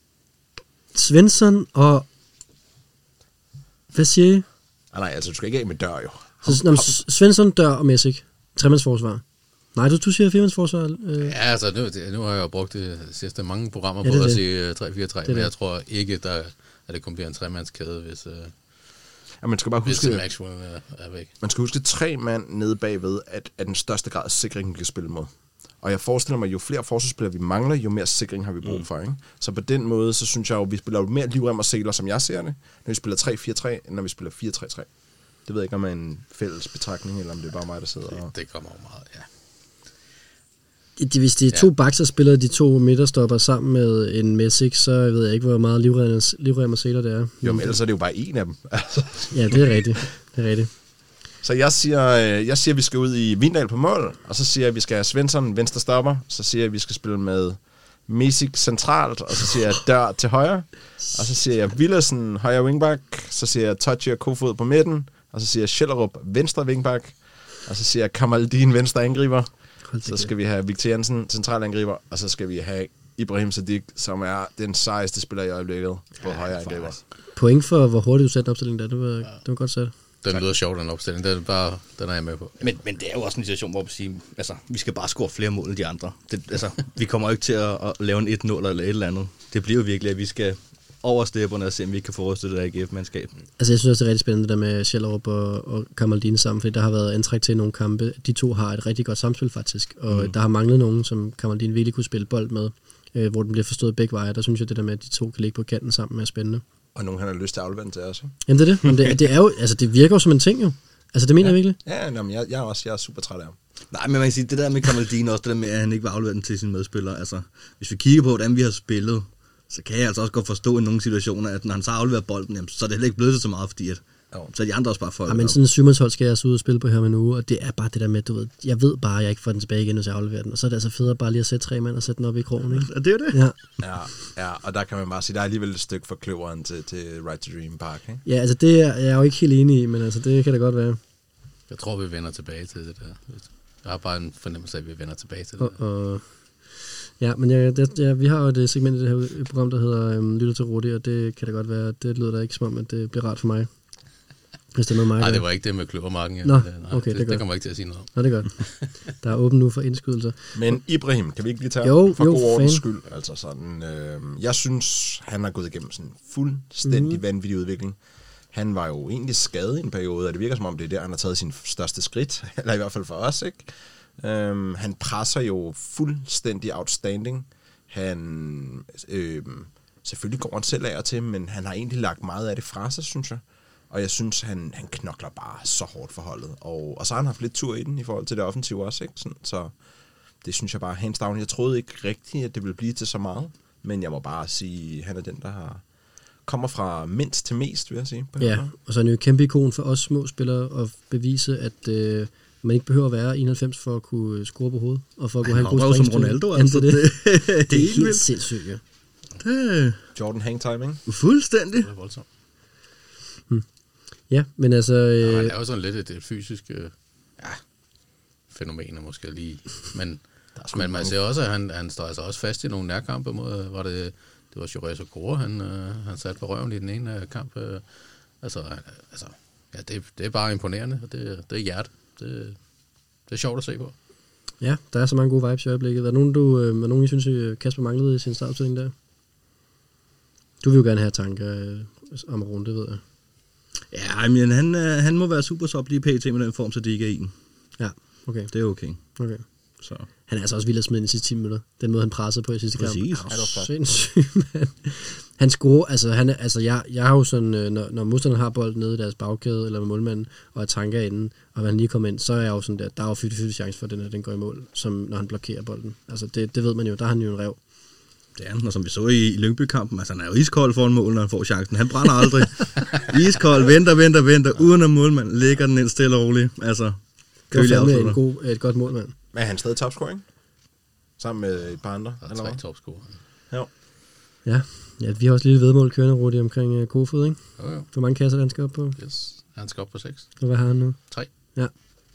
Svensson og... Hvad siger I? Ah, nej, altså du skal ikke af med dør, jo. Så, nå, S- Svensson, Dør og Messi. Tremandsforsvar. Nej, du, du siger firemandsforsvar. Øh. Ja, altså, nu, det- nu har jeg jo brugt det sidste mange programmer Ja, på det er at det. sige tre fire tre, er men det. jeg tror ikke, der, at det kun bliver en tremandskæde, hvis, uh, Ja, man skal bare hvis huske, Maxwell er, er væk. man skal huske tre mand nede bagved, at, at den største grad af sikringen kan spille mod. Og jeg forestiller mig, jo flere forsvarsspillere vi mangler, jo mere sikring har vi brug for. Ikke? Så på den måde, så synes jeg jo, vi spiller jo mere livrem og seler, som jeg ser det, når vi spiller tre fire tre, end når vi spiller fire tre tre. Det ved jeg ikke, om det er en fælles betragtning, eller om det er bare mig, der sidder og... Det kommer jo meget, ja. De, hvis de to backs, der spiller de to midterstopper sammen med en Messi, så ved jeg ikke, hvor meget livrem og seler det er. Jo, men ellers er det jo bare en af dem. Altså. Ja, det er rigtigt. Det er rigtigt. Så jeg siger, øh, jeg siger, at vi skal ud i Vindal på mål, og så siger jeg, at vi skal have Svensson venstre stopper, så siger jeg, at vi skal spille med Messi centralt, og så siger jeg Dør til højre, og så siger jeg Villersen højre wingback, så siger jeg Touchy og Kofod på midten, og så siger jeg Schellerup venstre wingback, og så siger jeg Kamaldin venstre angriber, så skal vi have Victor Jensen central angriber, og så skal vi have Ibrahim Sadiq, som er den sejeste spiller i øjeblikket på højre angriber. Point for, hvor hurtigt du satte opstillingen der. Det var, det var godt sat. Den lyder sjovt, den opstilling. Den er, bare, den er jeg med på. Men, men det er jo også en situation, hvor vi siger, altså, vi skal bare score flere mål end de andre. Det, altså, vi kommer jo ikke til at, at lave en et nul eller et eller andet. Det bliver jo virkelig, at vi skal over stepperne og se, om vi ikke kan forestille det der A G F-mandskab. Altså, jeg synes også, det er rigtig spændende, det der med Schellerup og, og Kamaldin sammen, fordi der har været antræk til nogle kampe. De to har et rigtig godt samspil, faktisk. Og mm. der har manglet nogen, som Kamaldin virkelig kunne spille bold med, øh, hvor den bliver forstået begge veje. Der synes jeg, det der med, at de to kan ligge på kanten sammen, er spændende. Og nogen han har lyst til at aflevere den til os. Jamen, det er det. Men det, det, er jo, altså, det virker jo som en ting, jo. Altså, det mener ja. jeg virkelig. Ja, nå, men jeg, jeg, er også, jeg er super træt af ham. Nej, men man kan sige, det der med Kamaldin også, det der med, at han ikke vil aflevere den til sine medspillere. Altså, hvis vi kigger på, hvordan vi har spillet, så kan jeg altså også godt forstå i nogle situationer, at når han så afleverer bolden, jamen, så er det heller ikke blevet det så meget, fordi at, så er de andre også bare for. Ja, men sådan en syvmandshold skal jeg altså ud og spille på her med en uge, og det er bare det der med, du ved, jeg ved bare, at jeg ikke får den tilbage igen, hvis jeg afleverer den, og så er det altså federe bare lige at sætte tre mand og sætte den op i krogen, ikke? Og det er det. Ja. Ja, ja, og der kan man bare sige, der er alligevel et stykke for kløveren til, til Right to Dream Park, ikke? Ja, altså det er jeg jo ikke helt enig i, men altså det kan da godt være. Jeg tror, vi vender tilbage til det der. Jeg har bare en fornemmelse af, at vi vender tilbage til det og, og, ja, men jeg, det, ja, vi har jo et segment i det her program, der hedder um, Lytter til Rudi, og det kan da godt være, det lyder da ikke som om, at det bliver rart for mig. Hvis det er noget mig. Nej, det var ikke det med kløvermarken. Nå, Nej, okay, det, det, det kommer ikke til at sige noget om. Nå, det er godt. Der er åben nu for indskydelser. Men Ibrahim, kan vi ikke lige tage jo, for jo, god ordens fan. skyld? Altså sådan, øh, jeg synes, han har gået igennem sådan en fuldstændig mm-hmm. vanvittig udvikling. Han var jo egentlig skadet i en periode, og det virker som om, det er der, han har taget sin største skridt, eller i hvert fald for os, ikke? Øhm, han presser jo fuldstændig outstanding. Han, øh, selvfølgelig går han selv af og til, men han har egentlig lagt meget af det fra sig, synes jeg. Og jeg synes, han, han knokler bare så hårdt for holdet. Og, og så har han haft lidt tur i den i forhold til det offensive også, ikke? Sådan, så det synes jeg bare hands down. Jeg troede ikke rigtigt, at det ville blive til så meget, men jeg må bare sige, at han er den, der har kommer fra mindst til mest, vil jeg sige. Ja, her. Og så er han jo et kæmpe ikon for os små spillere at bevise, at øh, man ikke behøver at være enoghalvfems for at kunne score på hovedet, og for at kunne have en god springstyr. Som Ronaldo, altså. Det, det, det, det er helt sindssygt, ja. Det... Jordan hang timing. Fuldstændig. Det er voldsomt. Hmm. Ja, men altså... Øh... Ja, han er jo sådan lidt et, et fysisk øh, ja, fænomen, måske lige. Men, men man ser også, at han, han står altså også fast i nogle nærkampe mod, var det... Det var Jurez Okoro, han, øh, han satte på røven i den ene kamp. Øh, altså, altså, ja, det, det er bare imponerende, og det, det er hjerte. Det, det er sjovt at se på. Ja, der er så mange gode vibes i øjeblikket. Er der nogen, du, øh, er nogen I synes, Kasper manglede i sin startopstilling der? Du vil jo gerne have tanker øh, om Rune, det ved jeg. Ja, men han, øh, han må være super top lige pt. Med den form, så det ikke er en. Ja, okay. Det er okay. Okay. Så. Han er altså også vild at smide i sidste ti minutter. Den måde, han pressede på i sidste kamp. Præcis. Han er sindssygt, mand. Han scorer, altså, han er, altså jeg, jeg har jo sådan, når, når modstanderne har bolden nede i deres bagkæde, eller med målmanden, og er tanker inden, og han lige kommer ind, så er jeg jo sådan der, der er jo halvtreds halvtreds chance for, at den, her, den går i mål, som når han blokerer bolden. Altså, det, det ved man jo, der har han jo en rev. Det er han, og som vi så i, i Lyngby-kampen, altså han er jo iskold foran mål, når han får chancen. Han brænder aldrig. Iskold, venter, venter, venter, uden at målmanden lægger den ind stille og roligt. Altså, det var fandme en god, et godt mål, mand. Men er han stadig topscoring? Sammen med et par andre? Der er tre topscorer. Ja. Ja. Ja, vi har også lige vedmål kørende, Rudi, omkring uh, Kofod, ikke? Jo, jo. Hvor mange kasser han skal op på? Yes. Han skal op på seks. Og hvad har han nu? Tre. Ja.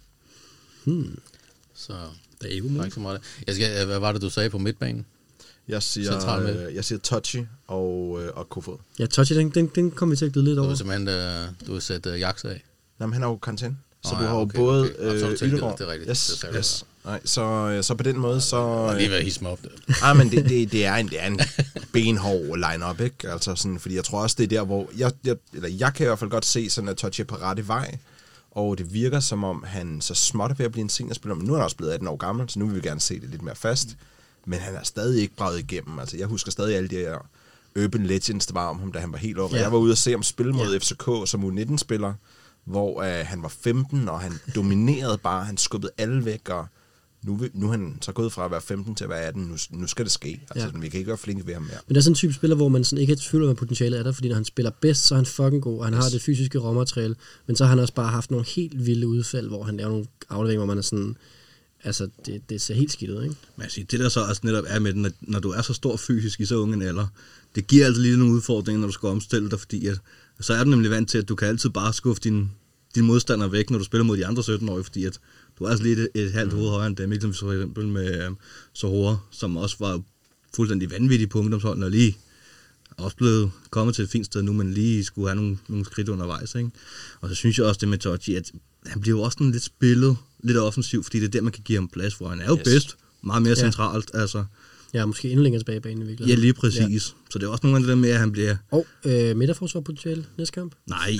Hmm. Så det er jo ikke så meget. Jeg skal, hvad var det, du sagde på midtbanen? Jeg siger, øh, jeg siger Touchy og, øh, og Kofod. Ja, Touchy, den, den, den kommer vi til at glide lidt over. Du vil simpelthen, uh, du vil sætte uh, Jax af. Jamen, han har jo karantæne. Så oh, du ja, har jo okay, både okay. øh, Yttergaard. Det er rigtigt. Yes, det yes. Nej, så, så på den måde, så... Jeg lige været hisse mig op der. Ah, men det, det, det, er en, det er en benhård line-up, ikke? Altså sådan, fordi jeg tror også, det er der, hvor... Jeg, jeg, eller jeg kan i hvert fald godt se, sådan at Touchy er på rette vej, og det virker som om, han så småt er ved at blive en seniorspiller, men nu er han også blevet atten år gammel, så nu vil vi gerne se det lidt mere fast. Men han er stadig ikke braget igennem. Altså, jeg husker stadig alle de her urban legends, der var om ham, da han var helt oppe. Ja. Jeg var ude og se ham spille mod ja. F C K som U nitten-spiller, hvor øh, han var femten, og han dominerede bare. Han skubbede alle væk, og nu, nu er han så gået fra at være femten til at være atten. Nu, nu skal det ske. Altså, ja. Vi kan ikke være flinke ved ham mere. Men det er sådan en type spiller, hvor man sådan ikke har tvivl om, at potentialet er der, fordi når han spiller bedst, så er han fucking god, og han yes. har det fysiske råmateriale. Men så har han også bare haft nogle helt vilde udfald, hvor han laver nogle afleveringer, hvor man er sådan... Altså, det, det ser helt skidt ud, ikke? Men jeg siger, det der så også netop er med den, at når du er så stor fysisk i så unge en alder, det giver altså lige nogle udfordringer, når du skal omstille dig, fordi at, så er du nemlig vant til, at du kan altid bare skuffe din, din modstander væk, når du spiller mod de andre sytten-årige, fordi at du er altså lige et, et halvt hoved højere end dem, ikke? Som for eksempel med um, Sohora, som også var fuldstændig vanvittig på ungdomsholden, og lige også blevet kommet til et fint sted nu, men lige skulle have nogle, nogle skridt undervejs, ikke? Og så synes jeg også det med Touchy, at han bliver jo også sådan lidt spillet, lidt offensivt, fordi det er der, man kan give ham plads, hvor han er jo yes. bedst, meget mere ja. centralt, altså. Ja, måske endnu længere tilbage i banen i virkeligheden. Ja, lige præcis. Ja. Så det er også nogle af det der med, at han bliver... Og øh, midterforsvarpotentiale næste kamp? Nej.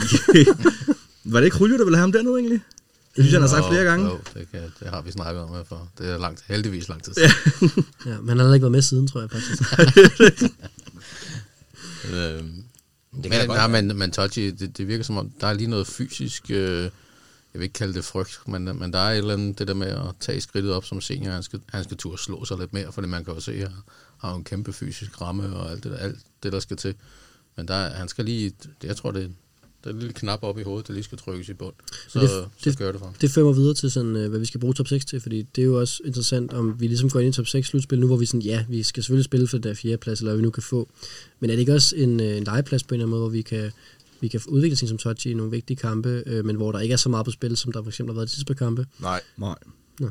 Var det ikke Julio, der ville have ham dernede egentlig? Det synes jeg, han har sagt flere gange. Jo, det, kan, det har vi snakket om for. Det er langt, heldigvis lang tid siden. Ja. Ja, men han har ikke været med siden, tror jeg faktisk. øhm, men, nej, men, men Touchy, det, det virker som om, der er lige noget fysisk... Øh, jeg vil ikke kalde det frygt, men, men der er et eller andet, det der med at tage skridtet op som senior, han skal, han skal turde slå sig lidt mere, fordi man kan jo se, at han har en kæmpe fysisk ramme og alt det der, alt det, der skal til. Men der, han skal lige, jeg tror, det, det er en lille knap op i hovedet, der lige skal trykkes i bund. Så, det, så det, gør det for ham. Det fører mig videre til, sådan, hvad vi skal bruge top seks til, fordi det er jo også interessant, om vi ligesom går ind i top seks slutspil nu, hvor vi sådan, ja, vi skal selvfølgelig spille for det der fjerde plads, eller hvad vi nu kan få. Men er det ikke også en, en legeplads på en eller anden måde, hvor vi kan, vi kan udvikle ting som touch i nogle vigtige kampe, øh, men hvor der ikke er så meget på spil, som der for eksempel har været i sidste par kampe? Nej. Nej. Nå.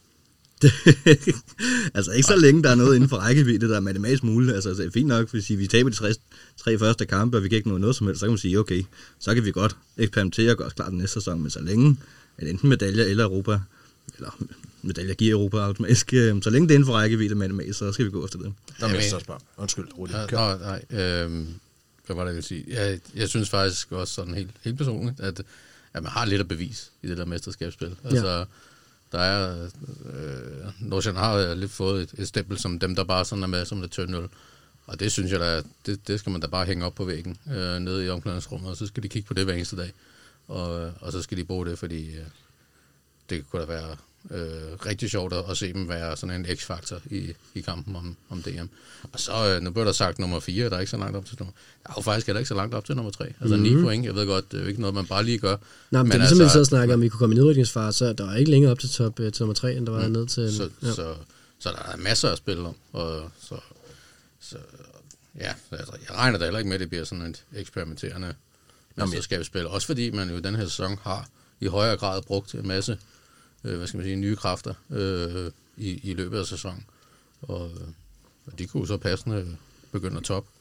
altså ikke så længe der er noget inden for rækkevidde, der er matematisk muligt. Altså det er fint nok, hvis vi taber de tre, tre første kampe, og vi kan ikke nå noget som helst, så kan man sige, okay, så kan vi godt eksperimentere og gøre os klar den næste sæson, men så længe, at enten medaljer eller Europa, eller medaljer giver Europa automatisk, så længe det er inden for rækkevidde matematisk, så skal vi gå efter det. Nå, men jeg så spørger. Undskyld, Rudi. Ja, nej, nej, øh, hvad var det, jeg ville sige? Jeg, jeg synes faktisk også sådan helt, helt personligt, at, at man har lidt at bevis i det der mesterskabsspil. Altså, ja. Der er, øh, Nordsjælland har lidt fået et, et stempel som dem, der bare sådan er med som det tør nul. Og det synes jeg da, det, det skal man da bare hænge op på væggen øh, nede i omklædningsrummet, og så skal de kigge på det hver eneste dag. Og, og så skal de bruge det, fordi øh, det kunne da være øh, rigtig sjovt at, at se dem være sådan en x-faktor i, i kampen om, om D M. Og så, øh, nu bliver der sagt nummer fire, der er ikke så langt op til nummer. Der er jo faktisk heller ikke så langt op til nummer tre. Altså mm-hmm. ni point, jeg ved godt, det er jo ikke noget, man bare lige gør. Nej, men, men det er ligesom, altså, vi sidder og snakker om, vi kunne komme i nedrykningsfare, så der er ikke længere op til top til nummer tre, end der var mm. ned til... Så, ja. så, så der er masser at spille om, og så... så ja, altså, jeg regner da heller ikke med, at det bliver sådan et eksperimenterende mesterskabsspil. Også fordi man jo i den her sæson har i højere grad brugt en masse øh, hvad skal man sige, nye kræfter øh, i, i løbet af sæsonen. Og, og de kunne så passende begynde at top.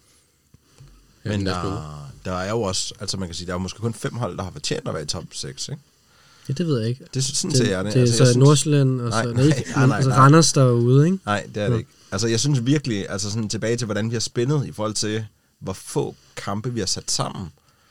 Men der, der er jo også, altså man kan sige, der er måske kun fem hold, der har fortjent at være i top seks, ikke? Ja, det ved jeg ikke. Det sådan ser jeg det. Det er altså, så Nordsjælland, og nej, så nej, ikke, nej, nej, altså nej. Randers derude, ikke? Nej, det er det ikke. Altså jeg synes virkelig, altså sådan tilbage til, hvordan vi har spillet i forhold til, hvor få kampe vi har sat sammen,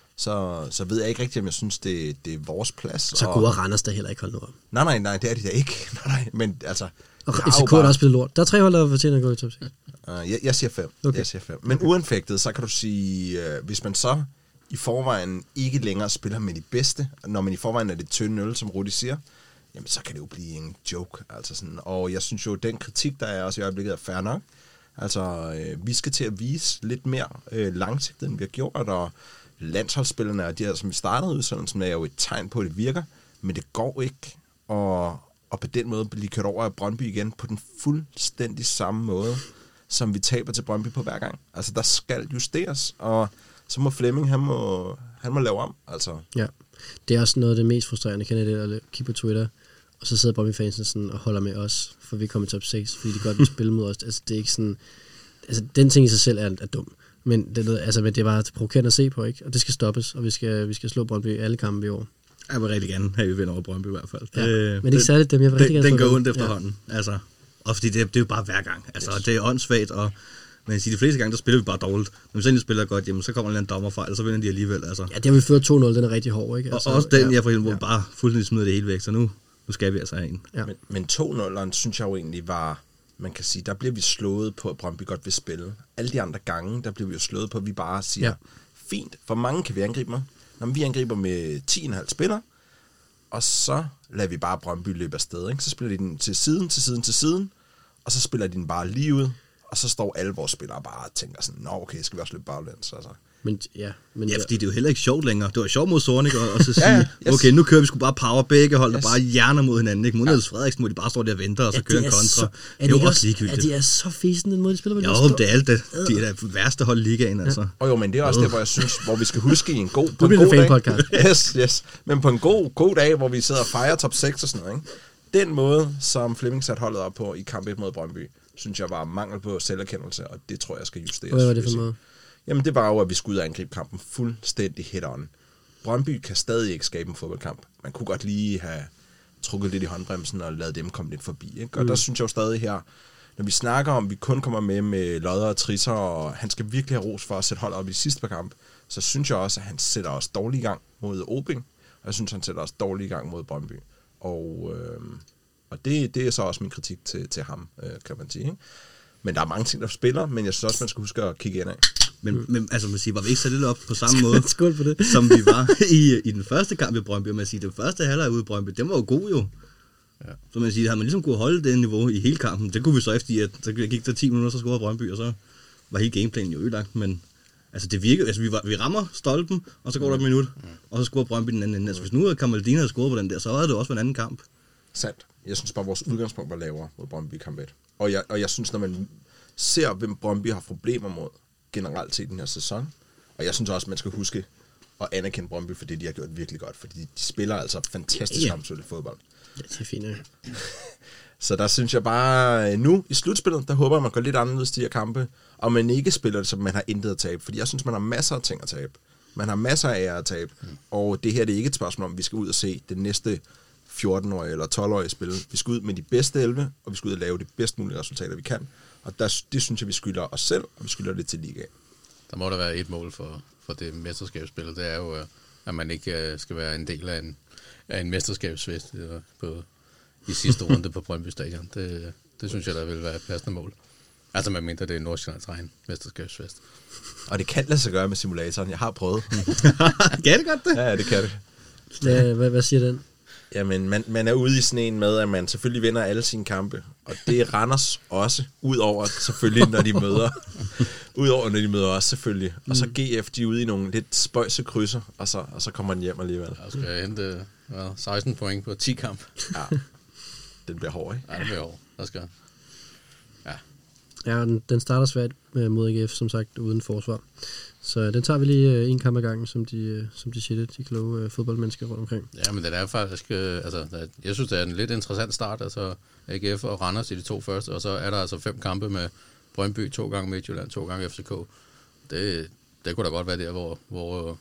så, så ved jeg ikke rigtigt, om jeg synes, det, det er vores plads. Så og... gode Randers der heller ikke holdt noget op. Nej, nej, nej, det er de da ikke. Nej, nej, men altså... Og F C K har også spillet lort. Der er tre hold, der fortjener at gå i top seks. Uh, jeg, jeg siger fem. Okay. Jeg siger fem. Men uanfægtet, så kan du sige, uh, hvis man så i forvejen ikke længere spiller med de bedste, når man i forvejen er det tynde øl, som Rudi siger, jamen så kan det jo blive en joke. Altså sådan. Og jeg synes jo, den kritik, der er også i øjeblikket, er fair nok. Altså, øh, vi skal til at vise lidt mere øh, langsigtet, end vi har gjort, og landsholdsspillerne og de her, som vi startede udsendelsen, er jo et tegn på, at det virker, men det går ikke, og, og på den måde blive kørt over af Brøndby igen på den fuldstændig samme måde, som vi taber til Brøndby på hver gang. Altså, der skal justeres, og så må Flemming, han må, han må lave om, altså. Ja, det er også noget af det mest frustrerende, kan jeg det, at kigge på Twitter, og så sidder Brøndby-fansen sådan og holder med os, for vi kommer i top seks, fordi de godt vil spille mod os. Altså, det er ikke sådan... Altså, den ting i sig selv er, er dum. Men det, altså, det er bare provokerende at se på, ikke? Og det skal stoppes, og vi skal, vi skal slå Brøndby alle kampe i år. Jeg vil rigtig gerne have, at vi vinder over Brøndby i hvert fald. Ja, øh, men det er ikke særligt dem, jeg vil rigtig den, gerne den går dem. ondt efterhånden. Ja. Altså, og fordi det, det er jo bare hver gang. Altså, yes. Det er åndssvagt, og men de fleste gange, der spiller vi bare dårligt. Når vi så egentlig spiller godt, jamen, så kommer der en dommerfejl, og så vinder de alligevel. Altså. Ja, det har vi ført to nul, den er rigtig hård, ikke? Altså, og også den, ja, jeg for eksempel, ja. bare fuldstændig smider det hele væk, så nu, nu skal vi altså have en. Ja. Men, men to nul synes jeg jo egentlig var, man kan sige, der bliver vi slået på, at Brøndby godt vil spille. Alle de andre gange, der bliver vi jo slået på, at vi bare siger, ja. fint, for mange kan vi angribe med. Når vi angriber med ti komma fem spillere, og så lader vi bare Brøndby løbe afsted, ikke? Så spiller de den til siden, til siden, til siden, og så spiller de den bare lige ud, og så står alle vores spillere bare og tænker sådan, nå okay, skal vi også løbe baglæns, altså. Men, ja, men ja, fordi det er jo heller ikke sjovt længere. Det var sjovt mod Zornig, og, og så sige, ja, ja, yes. okay, nu kører vi sgu bare power, begge hold, yes. der bare hjerner mod hinanden, ikke? Mod Niels ja. Frederiksen, hvor de bare står der og venter, og så ja, kører en kontra. Så, er det er jo også ligegyldigt. Ja, det er så fisen, den måde, de spiller på. Jo, det er alt det. De er da værste hold i ligaen, altså. Ja. Og jo, men det er også det, hvor jeg synes, hvor vi skal huske i en god, på en god dag. Yes, yes. Men på en god, god dag, hvor vi sidder og fejrer top seks og sådan noget, ikke? Den måde, som Flemming satte holdet op på i kamp et mod Brøndby, synes jeg var mangel på selverkendelse, og det tror jeg skal justeres. Hvad var det for noget? Jamen det var jo, at vi skulle ud og angribe kampen fuldstændig head-on. Brøndby kan stadig ikke skabe en fodboldkamp. Man kunne godt lige have trukket lidt i håndbremsen og ladet dem komme lidt forbi. Ikke? Og mm. der synes jeg jo stadig her, når vi snakker om, at vi kun kommer med med lodder og trisser, og han skal virkelig have ros for at sætte hold op i sidste par kamp, så synes jeg også, at han sætter os dårlig i gang mod Obing, og jeg synes, han sætter os dårlig i gang mod Brøndby. Og, øh, og det, det er så også min kritik til, til ham, øh, kan man sige. Ikke? Men der er mange ting, der spiller, men jeg synes også, man skal huske at kigge ind af. Men, mm. men altså, man siger, var vi ikke så lidt op på samme måde, Skål på det. som vi var i, i den første kamp i Brøndby. Man siger, den første halvleg ude i Brøndby, den var jo god jo. Ja. Så man siger, havde man ligesom kunne holde det niveau i hele kampen, det kunne vi så efter, at så gik der ti minutter, så scorede Brøndby, og så var hele gameplanen jo ødelagt. Men altså, det virker, altså, vi, var, vi rammer stolpen, og så går der et minut, og så scorer Brøndby den anden ende. Altså, hvis nu Kamaldina havde scoret på den der, så havde det også en anden kamp. Sandt. Jeg synes bare, vores udgangspunkt var lavere mod Brøndby i kamp et. Og jeg, og jeg synes, når man ser, hvem Brøndby har problemer mod generelt til den her sæson, og jeg synes også, man skal huske at anerkende Brøndby for det, de har gjort virkelig godt, fordi de spiller altså fantastisk samtidig fodbold. Ja, det er fint, ja. Så der synes jeg bare, nu i slutspillet, der håber jeg, man går lidt anderledes de her kampe, og man ikke spiller det, som man har intet at tabe, fordi jeg synes, man har masser af ting at tabe. Man har masser af ære at tabe, mm. og det her det er ikke et spørgsmål om, vi skal ud og se det næste fjorten-årige eller tolv-årige spil. Vi skal ud med de bedste elleve, og vi skal ud og lave de bedst mulige resultater, vi kan. Og der, det synes jeg, vi skylder os selv, og vi skylder det til ligaen. Der må der være et mål for, for det mesterskabsspil. Det er jo, at man ikke skal være en del af en, af en mesterskabsfest på, i sidste runde på Brøndby Stadion. Det, det synes jeg, der vil være et passende mål. Altså man mindre, det er Nordsjællands egen mesterskabsfest. Og det kan lade sig gøre med simulatoren. Jeg har prøvet. Kan det godt det? Ja, det kan det. Ja, hvad, hvad siger den? Jamen, man, man er ude i sådan en med, at man selvfølgelig vinder alle sine kampe. Og det er Randers også, udover selvfølgelig, når de møder. Udover når de møder os selvfølgelig. Og så G F, de er ude i nogle lidt spøjse krydser, og så, og så kommer den hjem alligevel. Jeg skal hente ja, seksten point på ti kamp. Ja, den bliver hård, ikke? Ja, det bliver hård. Der skal... Ja. Ja, den, den starter svært mod A G F, som sagt, uden forsvar. Så den tager vi lige en kamp ad gangen, som de, som de siger det, de kloge fodboldmennesker rundt omkring. Ja, men det er faktisk, altså, jeg synes, det er en lidt interessant start, altså A G F og Randers i de to første, og så er der altså fem kampe med Brøndby, to gange Midtjylland, to gange F C K. Det, det kunne da godt være der, hvor, hvor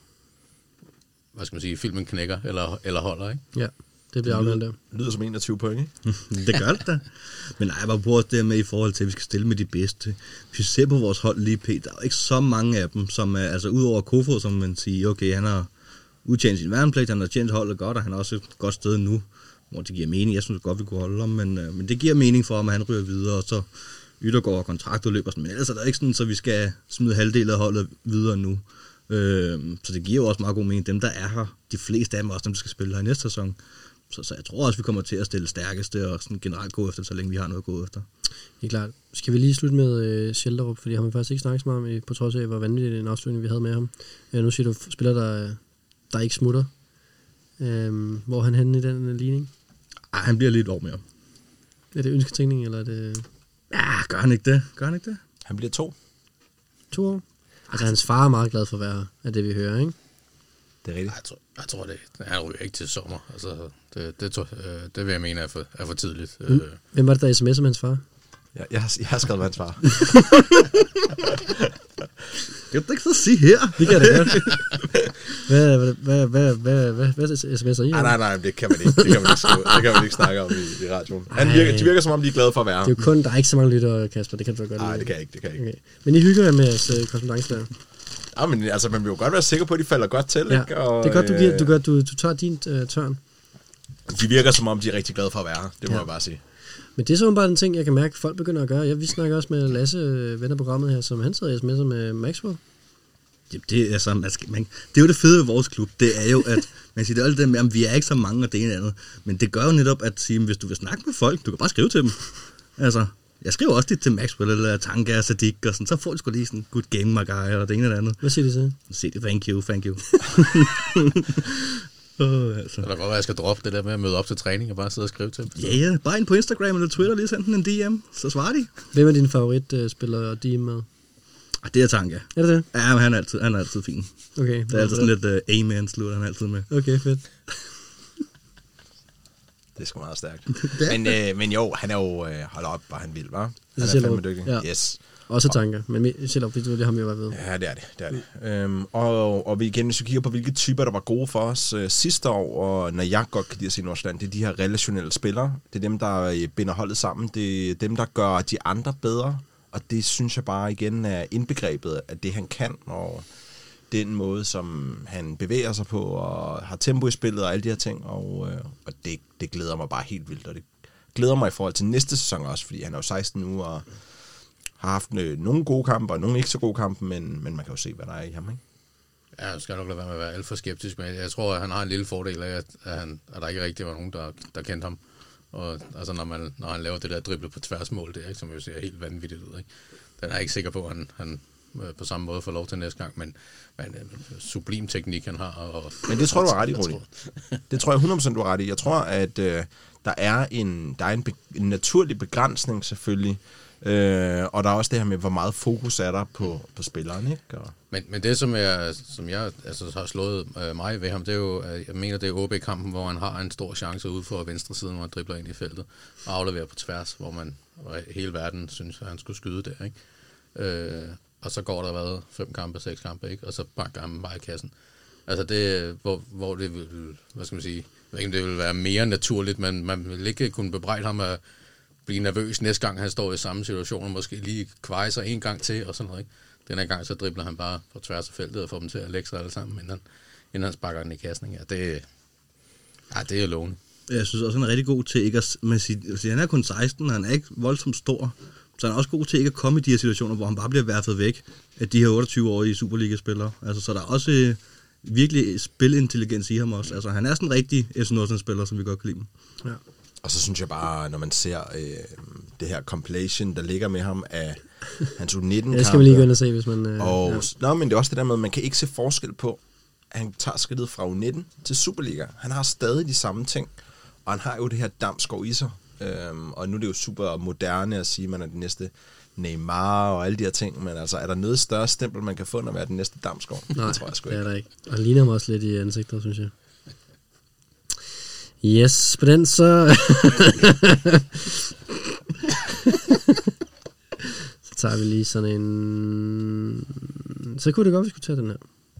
hvad skal man sige, filmen knækker, eller, eller holder, ikke? Ja. Det bliver afgørende der. Lyder som enogtyve point, ikke? Det gør det da. Men nej, jeg var på det med i forhold til, at vi skal stille med de bedste. Hvis vi ser på vores hold lige p, der er ikke så mange af dem, som er, altså udover Kofod, som man siger, okay, han har udtjent sin værnepligt, han har tjent holdet godt, og han er også et godt sted nu, hvor det giver mening. Jeg synes godt, vi kunne holde ham, men, øh, men det giver mening for ham, at han ryger videre, og så Yttergaard kontraktudløb og sådan. Men ellers er der ikke sådan, så vi skal smide halvdelen af holdet videre nu. Øh, så det giver jo også meget god mening. Dem, der er her, de fleste af dem også, dem, der skal spille her i næste sæson. Så, så jeg tror også, vi kommer til at stille stærkeste og sådan generelt gå efter, så længe vi har noget at gå efter. Det er klart. Skal vi lige slutte med øh, Schelderup, fordi ham har vi faktisk ikke snakket så meget om, på trods af, hvor vanvittigt en afslutning vi havde med ham. Øh, nu siger du, spiller der, der ikke smutter. Øh, hvor er han henne i den ligning? Ej, han bliver lidt over mere. Er det ønsketænkning, eller er det... Ja, gør han ikke det? Gør han ikke det? Han bliver to. To år? Altså, hans far er meget glad for at være her, af det vi hører, ikke? Det er rigtigt. Jeg tror, jeg tror det. Han ryger ikke til sommer. Altså, det, det, tror, det vil jeg mene er for, er for tidligt. Mm. Hvem var det, der sms'ede med hans far? Ja, jeg, har, jeg har skrevet med hans far. Kan du ikke så sige her? Det kan det godt. Hvad, hvad, hvad, hvad, hvad, hvad, hvad sms'er I? Nej, nej, nej, det kan man ikke. Det kan man ikke, skrive. Det kan man ikke snakke om i, i radioen. Han virker, de virker, som om de er glade for at være her. Det er jo kun, der er ikke så mange lyttere, Kasper. Det kan du godt. Nej, det kan jeg ikke. Det kan jeg ikke. Okay. Men I hygger jer med jeres uh, korrespondance der? Ja, men altså, man vil jo godt være sikker på, at de falder godt til, ja, ikke? Og, det er godt, du, giver, du, gør, du, du tager din uh, tørn. De virker, som om de er rigtig glade for at være her. Det må ja. jeg bare sige. Men det er så bare en ting, jeg kan mærke, at folk begynder at gøre. Jeg, vi snakker også med Lasse, ven af programmet her, som han sidder i sms'er med Maxwell. Det er, altså, man skal, man, det er jo det fede ved vores klub, det er jo, at man siger, det er alt det med, at vi er ikke så mange og det ene eller andet, men det gør jo netop, at sige, hvis du vil snakke med folk, du kan bare skrive til dem. Altså, jeg skriver også lidt til Maxwell eller Tanka og Sadiq og sådan, så får de sgu lige sådan good game, my guy, eller det ene eller andet. Hvad siger de så? Så siger de, thank you, thank you. oh, altså. Så der godt være, jeg skal droppe det der med at møde op til træning og bare sidde og skrive til dem. Ja, ja, bare ind på Instagram eller Twitter, lige send den en D M, så svarer de. Hvem er din favoritspiller uh, D M med? Det er Tanka. Er det det? Ja, men han er altid, han er altid fin. Okay. Det er altid sådan lidt uh, amen slutter han altid med. Okay, fedt. Det er sgu meget stærkt. men, øh, men jo, han er jo øh, holdt op, hvor han vil, hva'? Han er selv fandme dygtig. Ja. Yes. Også Tanka, men selv op, det har ham jo været ved. Ja, det er det. det, er det. Øhm, og, og vi igen, hvis vi kigger på, hvilke typer, der var gode for os øh, sidste år, og når jeg godt kan lide at se Nordsjælland, det er de her relationelle spillere. Det er dem, der øh, binder holdet sammen. Det er dem, der gør de andre bedre. Og det synes jeg bare igen er indbegrebet af det, han kan, og den måde, som han bevæger sig på, og har tempo i spillet, og alle de her ting. Og, øh, og det, det glæder mig bare helt vildt, og det glæder mig i forhold til næste sæson også, fordi han er jo seksten nu, og har haft øh, nogle gode kampe, og nogle ikke så gode kampe, men, men man kan jo se, hvad der er i ham, ikke? Ja, jeg skal nok lade være med at være alt for skeptisk, men jeg tror, at han har en lille fordel af, at, at, han, at der ikke rigtig var nogen, der, der kendte ham. Og altså, når, man, når han laver det der drible på tværsmål, det er ikke, som jo ser helt vanvittigt ud, ikke? Den er jeg ikke sikker på, at han, han på samme måde får lov til næste gang, men, men sublim teknik, han har. Og, men det tror du var ret i, Rudi. Det tror jeg hundrede procent du var ret i. Jeg tror, at øh, der er en, der er en, be, en naturlig begrænsning selvfølgelig, øh, og der er også det her med, hvor meget fokus er der på, på spilleren, ikke? Og men, men det, som jeg, som jeg altså, har slået øh, mig ved ham, det er jo, at jeg mener, det er O B-kampen, hvor han har en stor chance ude for venstre siden, hvor han dribler ind i feltet, og afleverer på tværs, hvor man hvor hele verden synes, at han skulle skyde der, ikke? Øh, og så går der været fem kampe, seks kampe, ikke? Og så banker han bare i kassen. Altså det, hvor, hvor det vil, hvad skal man sige, jeg ved ikke, om det vil være mere naturligt, men man vil ikke kunne bebrejde ham at blive nervøs næste gang, han står i samme situation, og måske lige kveje sig en gang til, og sådan noget, ikke? Den her gang, så dribler han bare på tværs af feltet og får dem til at lægge sig alle sammen, inden han, inden han sparker den i kassen, ikke? Ja, det, ja, det er lovende. Jeg synes også, han er rigtig god til ikke at... Man siger, han er kun seksten, han er ikke voldsomt stor, så han er også god til ikke at komme i de her situationer, hvor han bare bliver værfet væk af de her otteogtyve-årige Superliga-spillere. Altså, så der er også øh, virkelig spilintelligens i ham også. Altså, han er sådan en rigtig F C Nordsjælland-spiller, som vi godt kan lide. Ja. Og så synes jeg bare, når man ser øh, det her compilation, der ligger med ham af hans U nitten-kampe. Det skal man lige gå ind og se, hvis man... Øh, og, ja. Nå, men det er også det der med, at man kan ikke se forskel på, at han tager skridtet fra U nitten til Superliga. Han har stadig de samme ting, og han har jo det her Damsgaard i sig. Øhm, og nu er det jo super moderne at sige, at man er den næste Neymar og alle de her ting, men altså, er der noget større stempel, man kan få, når man er den næste Damsgaard? Nej, det tror jeg sgu det ikke. er der ikke. Og han ligner ham også lidt i ansigtet, synes jeg. Yes, på den så... så tager vi lige sådan en... Så kunne det godt, vi skulle tage den her.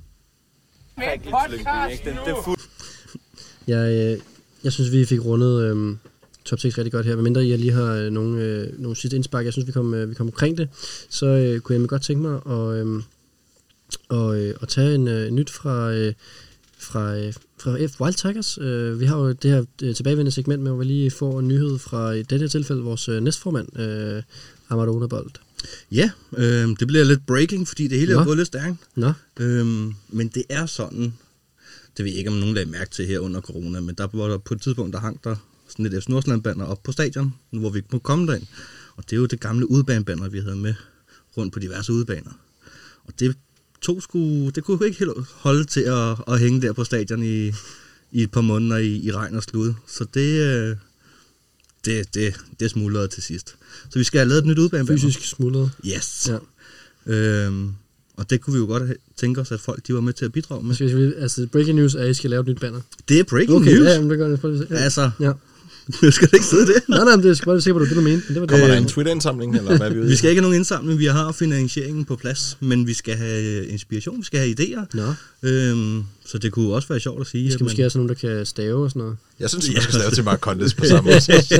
Jeg, jeg synes, vi fik rundet øhm, top seks rigtig godt her. Medmindre jeg lige har øh, nogle, øh, nogle sidste indspark, jeg synes, vi kom, øh, vi kom omkring det, så øh, kunne jeg godt tænke mig at, øh, og, øh, at tage en, øh, en nyt fra... Øh, fra, øh, fra F Wild Tigers. Uh, vi har jo det her uh, tilbagevendende segment med, hvor vi lige får en nyhed fra, i dette tilfælde, vores uh, næstformand, uh, Amadou Onabold. Ja, øh, det bliver lidt breaking, fordi det hele Nå. er gået lidt stærkt. Nå. Øhm, men det er sådan, det ved jeg ikke, om nogen lagde mærke til her under corona, men der var der på et tidspunkt, der hang der sådan lidt F C Nordsjælland-banner op på stadion, hvor vi ikke må komme derind. Og det er jo det gamle udebanebanner, vi havde med rundt på diverse udebaner. Og det to skulle, det kunne ikke helt holde til at, at hænge der på stadion i, i et par måneder i, i regn og slud. Så det, det, det, det smuldrede til sidst. Så vi skal have lavet et nyt udebanebanner. Fysisk smuldret. Yes. Ja. Øhm, og det kunne vi jo godt tænke os, at folk de var med til at bidrage med. Skal vi, altså, breaking news er, at I skal lave et nyt banner. Det er breaking okay, news? Ja, men det gør det. Ja. Altså, ja. Nu skal det ikke sidde det. nej, nej, men det skal bare se, hvad du, det, du mener. Det var Kommer det. der en Twitter-indsamling, eller hvad er vi ude? Vi skal ikke have nogen indsamling, vi har finansieringen på plads, men vi skal have inspiration, vi skal have idéer. Nå. Øhm, så det kunne også være sjovt at sige. Vi skal men... måske have sådan nogen, der kan stave og sådan noget. Jeg synes, man skal stave til Mark Condes på samme måde.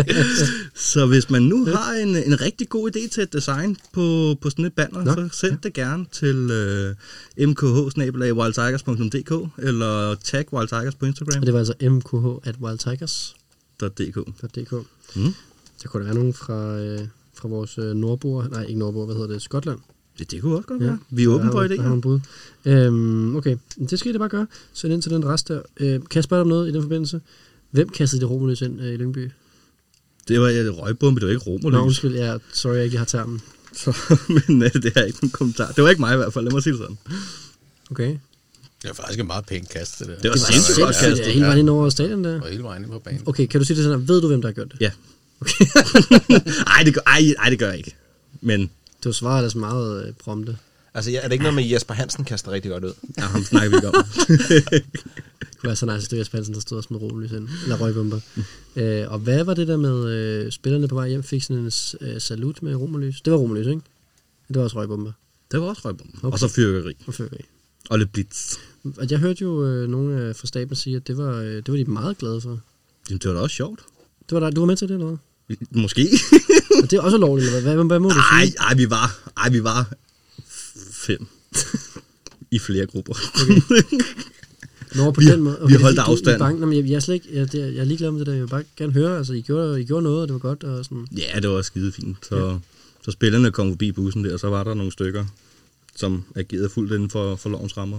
Så hvis man nu har en, en rigtig god idé til et design på, på sådan et banner, Nå. så send det gerne til uh, m k h snabel-a wild tigers punktum d k eller tag Wild Tigers på Instagram. Og det var altså m k h at wild tigers punktum d k. Mm. Så kunne der være nogen fra, øh, fra vores øh, nordboer, nej ikke nordboer, hvad hedder det, Skotland? Det, det kunne også godt være. Ja. Vi er åbne for idéer. Har bud. Øhm, okay, det skal I da bare gøre. Send ind til den rest der. Øh, kan jeg spørge dig om noget i den forbindelse? Hvem kastede det romerlys ind øh, i Lyngby? Det var ja, røgbombe, det var ikke romerlys. Nå, undskyld, ja, sorry, jeg ikke har termen. Så, men øh, det er ikke en kommentar. Det var ikke mig i hvert fald, lad mig sige det sådan. Okay. Det var faktisk en meget pæn kast, det der. Det var sindssygt godt kastet. Hele vejen ind over stadion der. Og hele vejen ind på banen. Okay, kan du sige det sådan, ved du, hvem der har gjort det? Ja. Okay. ej, det gør, ej, ej, det gør jeg ikke. Men du svarer ellers meget øh, prompte. Altså, ja, er det ikke noget med, Jesper Hansen kaster rigtig godt ud? Ja, ham snakker vi ikke om. Det kunne være så nice, at det var Jesper Hansen, der stod og smed romerlys ind. Eller røgbomber. Mm. Øh, og hvad var det der med øh, spillerne på vej hjem? Fik sådan en øh, salut med romerlys? Det var romerlys, ikke? Det var også røgbomber. Det var også røgbomber. Okay. Og så fyrværkeri. Og fyrværkeri. Og lidt blitz. Og jeg hørte jo øh, nogle øh, fra staben sige, at det var, øh, det var de meget glade for. Jamen, det var da også sjovt. Det var der, du var med til det, eller hvad? Måske. Og det er også lovligt, eller hvad? Hvad, hvad må du ej, sige? Ej, vi var, ej, vi var fem. I flere grupper. Okay. Nå, på vi, den måde. vi holdt I- I- I afstand. banken, Nå, men jeg, jeg, er slet ikke, jeg, det, jeg er ligeglad med det der. Jeg vil bare gerne høre, altså I gjorde, I gjorde noget, og det var godt. Og sådan. Ja, det var skide fint. Så, ja. så spillerne kom forbi bussen der, og så var der nogle stykker, som agerede fuldt inden for, for lovens rammer.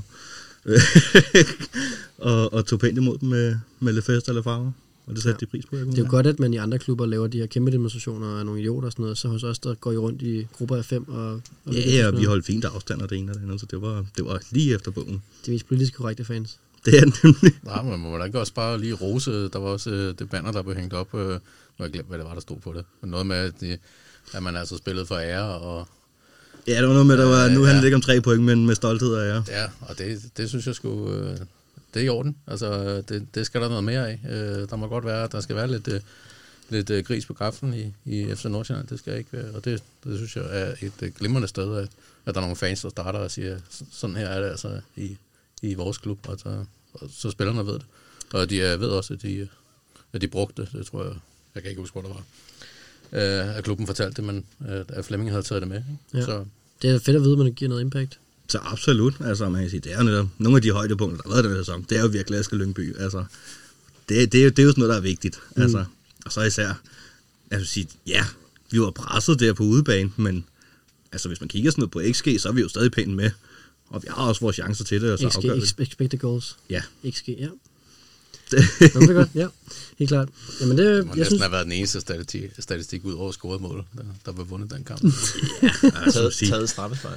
og, og tog pænt imod dem med, med lidt fest eller farver. Og det satte ja. de pris på. Det er jo godt, at man i andre klubber laver de her kæmpe demonstrationer og nogle idioter og sådan noget. Så hos os, der går I rundt i grupper af fem. Og, og ja, ja, og vi holdt fint afstand af det ene og det andet, så det var, det var lige efter bogen. De mest politisk korrekte fans. Det er nemlig. Nej, men må man da ikke også bare lige rose. Der var også øh, det banner, der blev hængt op. Øh, nu har jeg glemt, hvad det var, der stod på det. Men noget med, at, de, at man altså spillede for ære. Og, Ja, det var noget med, der var, nu ja. handler det ikke om tre point, men med stolthed og ære. ja, og det, det synes jeg skulle... Øh, det er i orden. Altså, det, det skal der noget mere af. Øh, der må godt være, der skal være lidt, øh, lidt øh, gris på kraften i, i F C Nordsjælland. Det skal ikke være. Og det, det synes jeg er et øh, glimrende sted, at, at der er nogle fans, der starter og siger, sådan her er det altså i, i vores klub. Og, så, og så spillerne ved det. Og de øh, ved også, at de, at de brugte det. Det tror jeg, jeg kan ikke huske, hvor der var. Øh, at klubben fortalte det, men øh, at Flemming havde taget det med. Ikke? Ja. Så, Det er fedt at vide, at man giver noget impact. Så absolut, altså man kan sige, det er jo netop nogle af de højdepunkter, der har været den her sæson. Det er jo virkelig Aske Lyngby, altså det, det, er jo, det er jo sådan noget, der er vigtigt. Mm. Altså, og så især, jeg vil sige, ja, vi var presset der på udebane, men altså hvis man kigger sådan noget på X G, så er vi jo stadig pænt med, og vi har også vores chancer til det, og så X G, afgør vi ex- expected goals. Ja. X G, ja. Nå, det er godt, ja. Helt klart. Jamen det, det må jeg næsten synes, have været den eneste statistik, statistik ud over scoret mål, der, der var vundet den kamp. altså, Taget, sige, taget straffespark.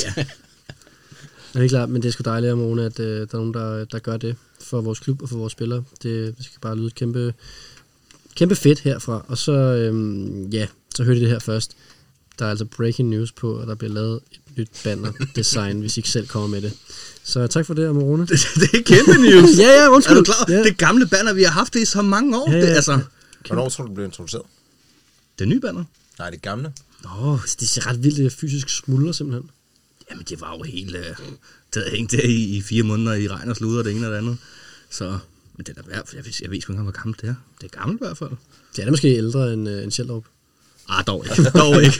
det er helt klart, men det er sgu dejligt, Amone, at øh, der er nogen, der, der gør det for vores klub og for vores spillere. Det, det skal bare lyde et kæmpe, kæmpe fedt herfra. Og så, øhm, ja, så hørte I det her først. Der er altså breaking news på, at der bliver lavet et nyt banner-design, hvis I ikke selv kommer med det. Så tak for det, Amorone. det, det er kæmpe news. Ja, ja, undskyld. Er du klar? Ja. Det gamle banner, vi har haft det i så mange år. Ja, ja. Det, altså, Hvornår tror du, det blev introduceret? det nye banner. Nej, det gamle. Åh, oh, det ser ret vildt, det er fysisk smuldrer simpelthen. Jamen, det var jo helt... Øh, det havde hængt der i, i fire måneder i regn og slud og det ene og det andet. Så, men det er da værd, jeg, ved, jeg ved sgu ikke, hvor gammelt det er. Det er gammelt i hvert fald. Det er da måske ældre end, øh, end Sjælderup. Ah, dog ikke. dog ikke.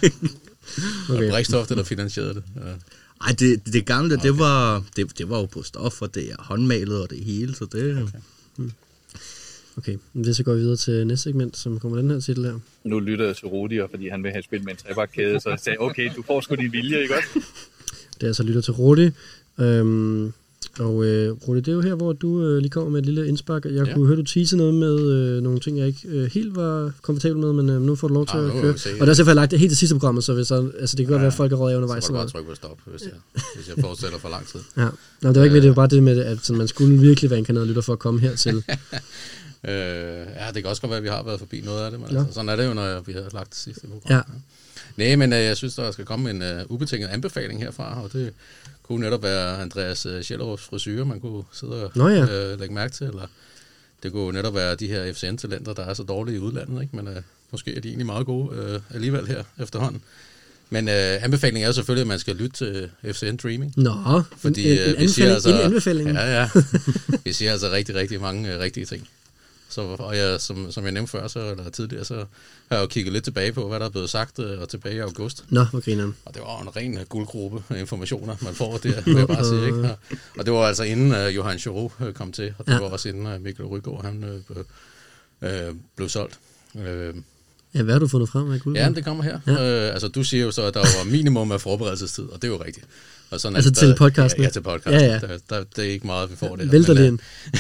Okay. Og Brikstofte, der finansierede det. Ja. Ej, det, det gamle, okay. det, var, det, det var jo på stof, og det er håndmalet og det hele, så det... Okay. Hmm. Okay, men så går vi videre til næste segment, som kommer den her titel her. Nu lytter jeg til Rodier, fordi han vil have spillet med en trebakkæde, så jeg sagde, okay, du får sgu din vilje, ikke også? Det er altså lytter til Rodi. Øhm, og øh, Rodi, det er jo her, hvor du øh, lige kommer med et lille indspark. Jeg ja. kunne høre, du tease noget med øh, nogle ting, jeg ikke øh, helt var komfortabel med, men øh, nu får du lov til Ah, at nu køre. se, og det er også derfor, jeg har lagt det helt til sidste programmet, så, hvis der, altså, det kan godt ja, være, at folk er røget af undervejs. Så må du bare trykke på stop, hvis jeg, hvis jeg fortsætter for lang tid. Ja, Nå, det var ikke med, det var bare det med, at sådan, man skulle virkelig være en kanallytter for at komme hertil. Øh, ja, det kan også godt være, at vi har været forbi noget af det, men altså, sådan er det jo, når vi har lagt det sidste program. Ja. Nej, men øh, jeg synes, der skal komme en uh, ubetinget anbefaling herfra, og det kunne netop være Andreas uh, Schellerups frisyrer, man kunne sidde og Nå, ja. øh, lægge mærke til, eller det kunne netop være de her F C N-talenter, der er så dårlige i udlandet, ikke? Men øh, måske er de egentlig meget gode øh, alligevel her efterhånden. Men øh, anbefalingen er jo selvfølgelig, at man skal lytte til F C N Dreaming. Nå, fordi, en, en, øh, vi siger altså, en anbefaling. Ja, ja. Vi siger altså rigtig, rigtig mange øh, rigtige ting. Så, og jeg, som, som jeg nævnte før, så, eller tidligere, så har jeg jo kigget lidt tilbage på, hvad der er blevet sagt, øh, og tilbage i august. Nå, hvor griner. Og det var en ren guldgruppe informationer, man får der, vil jeg bare sige. Ikke? Og, og det var altså inden uh, Johan Giroud uh, kom til, og det ja. var også inden uh, Mikkel Rygaard, han uh, uh, blev solgt. Uh, Ja, hvad har du fundet frem af guld? ja, det kommer her. Ja. Uh, altså, du siger jo så, at der var minimum af forberedelsestid, og det er jo rigtigt. Og sådan, altså at, til der, podcasten? Ja, ja, til podcasten. Ja, ja. Der, der, det er ikke meget, vi får der. Vælter det ind.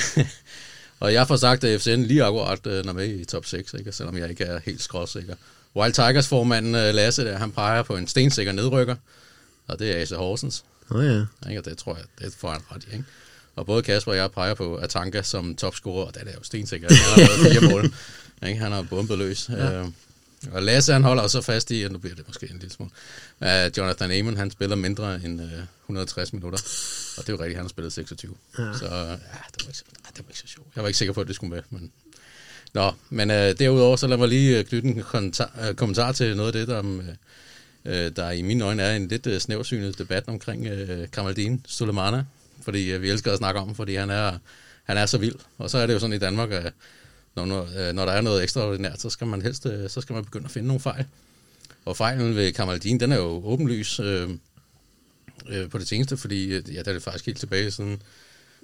Og jeg får sagt, at F C N lige akkurat øh, når med i top seks, ikke? Selvom jeg ikke er helt skråsikker. Wild Tigers formanden øh, Lasse, der, han peger på en stensikker nedrykker, og det er A C Horsens. Åh oh, ja. Ikke? Og det tror jeg, det får han ret i. Ikke? Og både Kasper og jeg peger på Atanka som topscorer, og det er jo stensikker. Han har fået fire mål. Ikke? Han har bombet løs. Ja. Øh, og Lasse, han holder også fast i, og nu bliver det måske en lille smule, at Jonathan Amon, han spiller mindre end øh, et hundrede og tres minutter. Og det er jo rigtigt, han har spillet seksogtyve. Ja. Så ja, det var, ikke så, nej, det var ikke så sjovt. Jeg var ikke sikker på, at det skulle med. Men Nå, men øh, derudover, så lad mig lige knytte en kommentar, øh, kommentar til noget af det, der, øh, der i mine øjne er en lidt øh, snæversynet debat omkring øh, Kamaldeen Sulemana. Fordi øh, vi elsker at snakke om ham, fordi han er, han er så vild. Og så er det jo sådan i Danmark, at når, når, øh, når der er noget ekstraordinært, så skal man helst øh, så skal man begynde at finde nogle fejl. Og fejlen ved Kamaldeen, den er jo åbenlys øh, øh, på det seneste, fordi øh, ja, der er det faktisk helt tilbage siden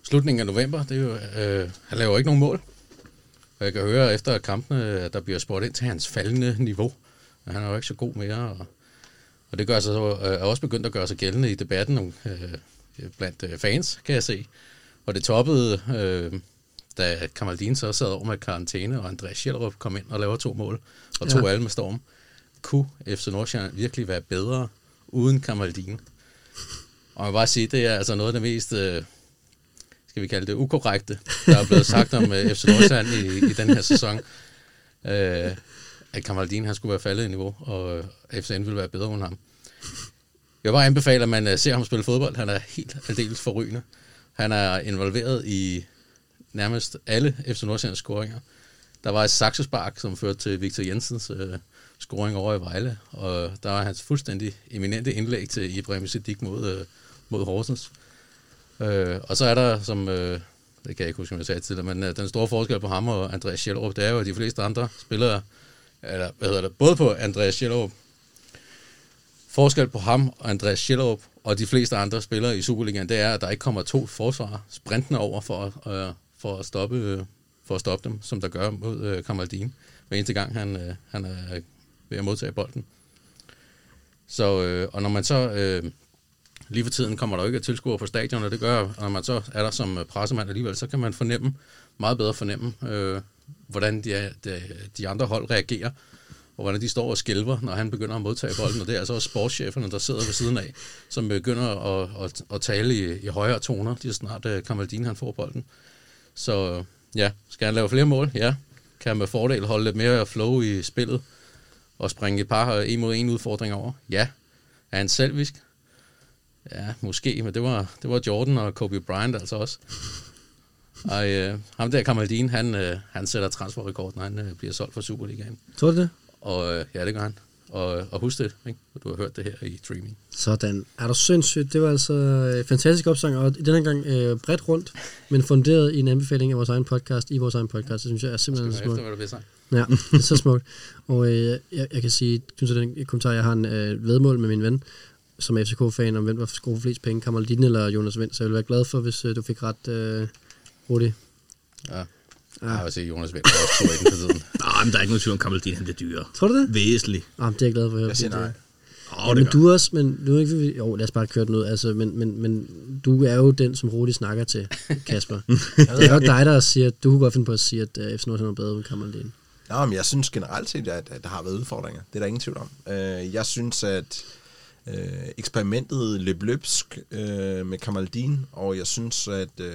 slutningen af november. Det er jo, øh, han laver ikke nogen mål. Og jeg kan høre efter kampene, at der bliver spurgt ind til hans faldende niveau. Han er jo ikke så god mere, og, og det gør sig så, øh, er også begyndt at gøre sig gældende i debatten om, øh, blandt øh, fans, kan jeg se. Og det toppede, øh, da Kamaldin så sad over med karantæne, og Andreas Schellerup kom ind og laver to mål, og tog ja. alle med storm. Kunne F C Nordsjælland virkelig være bedre uden Kamaldin? Og jeg vil bare sige, det er altså noget af det mest, øh, skal vi kalde det, ukorrekte, der er blevet sagt om øh, F C Nordsjælland i, i den her sæson. Øh, at Kamaldin han skulle være faldet i niveau, og F C N ville være bedre uden ham. Jeg vil bare anbefale, at man ser ham spille fodbold. Han er helt aldeles forrygende. Han er involveret i nærmest alle F C Nordsjællands scoringer. Der var et saksespark, som førte til Victor Jensens øh, scoring over i Vejle, og der var hans fuldstændig eminente indlæg til Ibrahim Siddiq mod, øh, mod Horsens. Øh, og så er der, som, øh, det kan jeg ikke huske, som jeg sagde til dig, men øh, den store forskel på ham og Andreas Schellerup, det er jo, at de fleste andre spillere, eller hvad hedder det, både på Andreas Schellerup, forskel på ham og Andreas Schellerup og de fleste andre spillere i Superligaen, det er, at der ikke kommer to forsvarer sprintende over for, øh, for, at, stoppe, øh, for at stoppe dem, som der gør mod øh, Kamaldin, hver eneste gang han, øh, han er ved at modtage bolden. Så, øh, og når man så, øh, lige for tiden kommer der jo ikke tilskuere på stadion, og det gør, når man så er der som pressemand alligevel, så kan man fornemme, meget bedre fornemme, øh, hvordan de, de, de andre hold reagerer, og hvordan de står og skælver, når han begynder at modtage bolden, og det er altså også sportscheferne, der sidder ved siden af, som begynder at, at, at tale i, i højere toner, de snart uh, Kamaldin han får bolden. Så ja, skal han lave flere mål? Ja. Kan han med fordel holde lidt mere flow i spillet, og springe et par en mod en udfordringer over? Ja. Er han selvisk? Ja, måske, men det var, det var Jordan og Kobe Bryant altså også. Og øh, ham der Kamaldin, han, øh, han sætter transferrekorden, han øh, bliver solgt for Superligaen. Tror du det? Og øh, ja, det gør han. Og, og husk det, ikke? Du har hørt det her i streaming. Sådan. Er du sindssygt? Det var altså øh, fantastisk opsang, og i denne gang øh, bredt rundt, men funderet i en anbefaling af vores egen podcast, i vores egen podcast. Det synes jeg er simpelthen så smukt. Efter, hvad der bliver sagt. Ja, det er så smukt. Og øh, jeg, jeg kan sige, synes jeg, den kommentar, jeg har en øh, vedmål med min ven, som er F C K-fan, om hvem der skulle få flest penge, Kamaldin eller Jonas Vind, så jeg ville være glad for, hvis øh, du fik ret øh, hurtigt. Ja. Ja. Jeg vil sige, Jonas Vind er også to i den for tiden. Nej, men der er ikke noget tvivl om Kamaldin, han bliver dyre. Tror du det? Væsentligt. Ah, det er jeg glad for at høre. Jeg siger nej. Oh, ja, men du også, men nu er ikke, jo, lad os bare køre den ud, altså, men, men, men du er jo den, som Rudi snakker til, Kasper. Det er jo dig, der siger, at du kunne godt finde på at sige, at uh, F C Nordsjælland er bedre end Kamaldin. Nå, men jeg synes generelt set, at, at der har været udfordringer. Det er der ingen tvivl om. Uh, jeg synes, at uh, eksperimentet løb løbsk uh, med Kamaldin, og jeg synes, at, uh,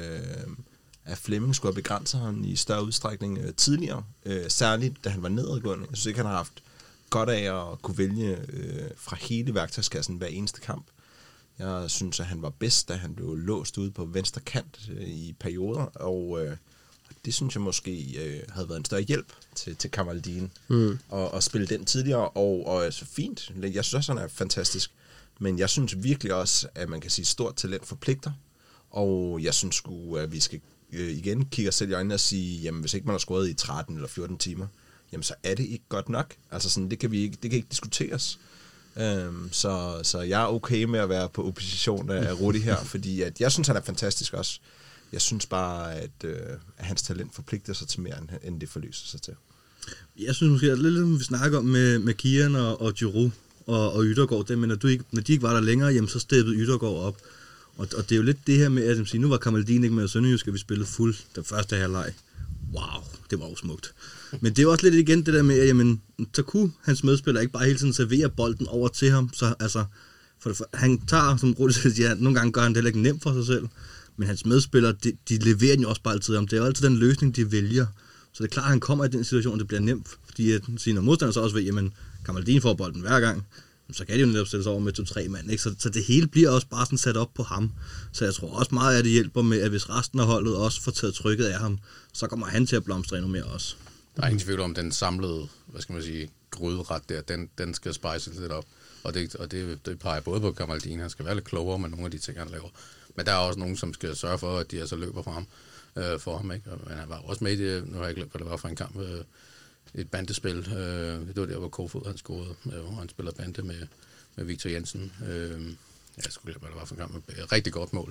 at Flemming skulle have begrænset ham i større udstrækning uh, tidligere, uh, særligt da han var nedadgående. Jeg synes ikke, han har haft godt af at kunne vælge øh, fra hele værktøjskassen hver eneste kamp. Jeg synes, at han var bedst, da han blev låst ude på venstre kant øh, i perioder, og øh, det synes jeg måske øh, havde været en større hjælp til, til Kamaldin mm. at, at spille den tidligere, og, og altså fint. Jeg synes også, han er fantastisk, men jeg synes virkelig også, at man kan sige, stort talent forpligter, og jeg synes sgu, at vi skal øh, igen kigge os selv i øjnene og sige, jamen hvis ikke man har scoret i tretten eller fjorten timer, jamen så er det ikke godt nok. Altså sådan, det kan vi ikke, det kan ikke diskuteres. Øhm, så, så jeg er okay med at være på opposition af Rudi her, fordi at jeg synes, han er fantastisk også. Jeg synes bare, at, øh, at hans talent forpligter sig til mere, end det forlyser sig til. Jeg synes måske, at lidt som vi snakker om med, med Kian og, og Giroud og, og Yttergaard, det, men når, du ikke, når de ikke var der længere, jamen, så steppede Yttergaard op. Og, og det er jo lidt det her med, at sige, nu var Kamaldin ikke med, og Sønderjysk, at vi spillede fuld den første halvleg. Wow, det var jo smukt. Men det er jo også lidt igen det der med, at jamen, så kunne hans medspiller ikke bare hele tiden servere bolden over til ham. Så altså, for det, for, han tager, som Rudi siger, nogle gange gør han det heller ikke nemt for sig selv. Men hans medspillere, de, de leverer den jo også bare altid om. Det er jo altid den løsning, de vælger. Så det er klart, at han kommer i den situation, det bliver nemt. Fordi at sine modstandere så også ved, jamen, Kamaldin får bolden hver gang, så kan de jo netop sætte sig over med to-tre mand. Ikke? Så, så det hele bliver også bare sådan sat op på ham. Så jeg tror også meget, at det hjælper med, at hvis resten af holdet også får taget trykket af ham, så kommer han til at blomstre endnu mere også. Der er ingen tvivl om, den samlede, hvad skal man sige, gryderet der, den, den skal spices lidt op. Og, det, og det, det peger både på Kamaldin, han skal være lidt klogere med nogle af de ting, han laver. Men der er også nogen, som skal sørge for, at de altså løber for ham. Øh, for ham ikke? Og han var også med i det, nu har jeg glemt, hvad det var for en kamp, øh, et bandespil. Øh, det var der, hvor Kofod han scorede, øh, hvor han spiller bande med, med Victor Jensen. Øh, jeg skulle glemme, hvad det var for en kamp, med et rigtig godt mål.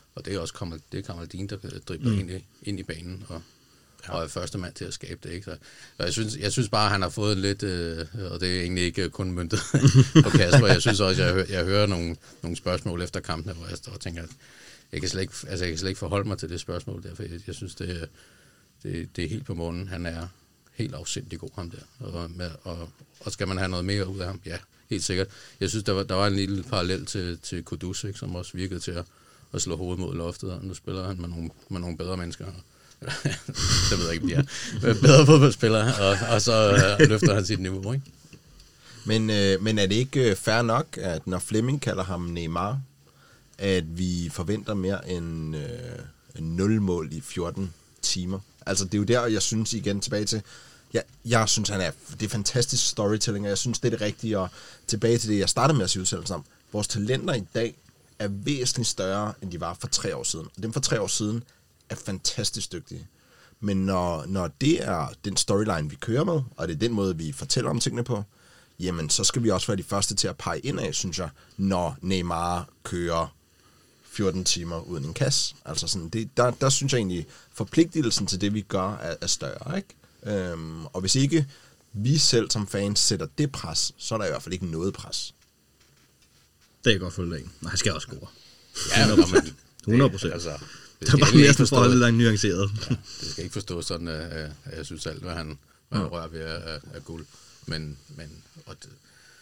Og det er også Kamal, det er Kamaldin, der dribler mm. ind, i, ind i banen, og, ja. og er første mand til at skabe det. Ikke? Så, så jeg, synes, jeg synes bare, at han har fået lidt, øh, og det er egentlig ikke kun møntet på Kasper. Jeg synes også, at jeg, jeg hører nogle, nogle spørgsmål efter kampen, hvor jeg står og tænker, at jeg kan slet ikke, altså, jeg kan slet ikke forholde mig til det spørgsmål, derfor jeg, jeg synes, det, det, det er helt på månen. Han er helt afsindig god, ham der. Og, med, og, og skal man have noget mere ud af ham? Ja, helt sikkert. Jeg synes, der var, der var en lille parallel til, til Kudus, ikke, som også virkede til at, at slå hovedet mod loftet, og nu spiller han med nogle, med nogle bedre mennesker. Det ved jeg ikke, de er bedre fodboldspillere, og, og så øh, løfter han sit niveau, ikke? Men, øh, men er det ikke fair nok, at når Flemming kalder ham Neymar, at vi forventer mere end øh, nul mål i fjorten timer? Altså, det er jo der, jeg synes igen tilbage til, jeg, jeg synes, han er, det er fantastisk storytelling, og jeg synes, det er det rigtige, og tilbage til det, jeg startede med at sige udsendelsen om. Vores talenter i dag er væsentligt større, end de var for tre år siden. Og dem for tre år siden er fantastisk dygtige. Men når, når det er den storyline, vi kører med, og det er den måde, vi fortæller om tingene på, jamen, så skal vi også være de første til at pege ind af, synes jeg, når Neymar kører fjorten timer uden en kasse. Altså sådan, det, der, der synes jeg egentlig, forpligtelsen til det, vi gør, er, er større, ikke? Øhm, og hvis ikke vi selv som fans sætter det pres, så er der i hvert fald ikke noget pres. Det er godt følge af. Nej, han skal også score. Ja, hundrede procent. Altså, det er bare mere for at holde nuanceret. Ja, det skal ikke forstås sådan, at jeg synes alt, hvad han, hvad han rører ved, er, er guld. Men, men og det,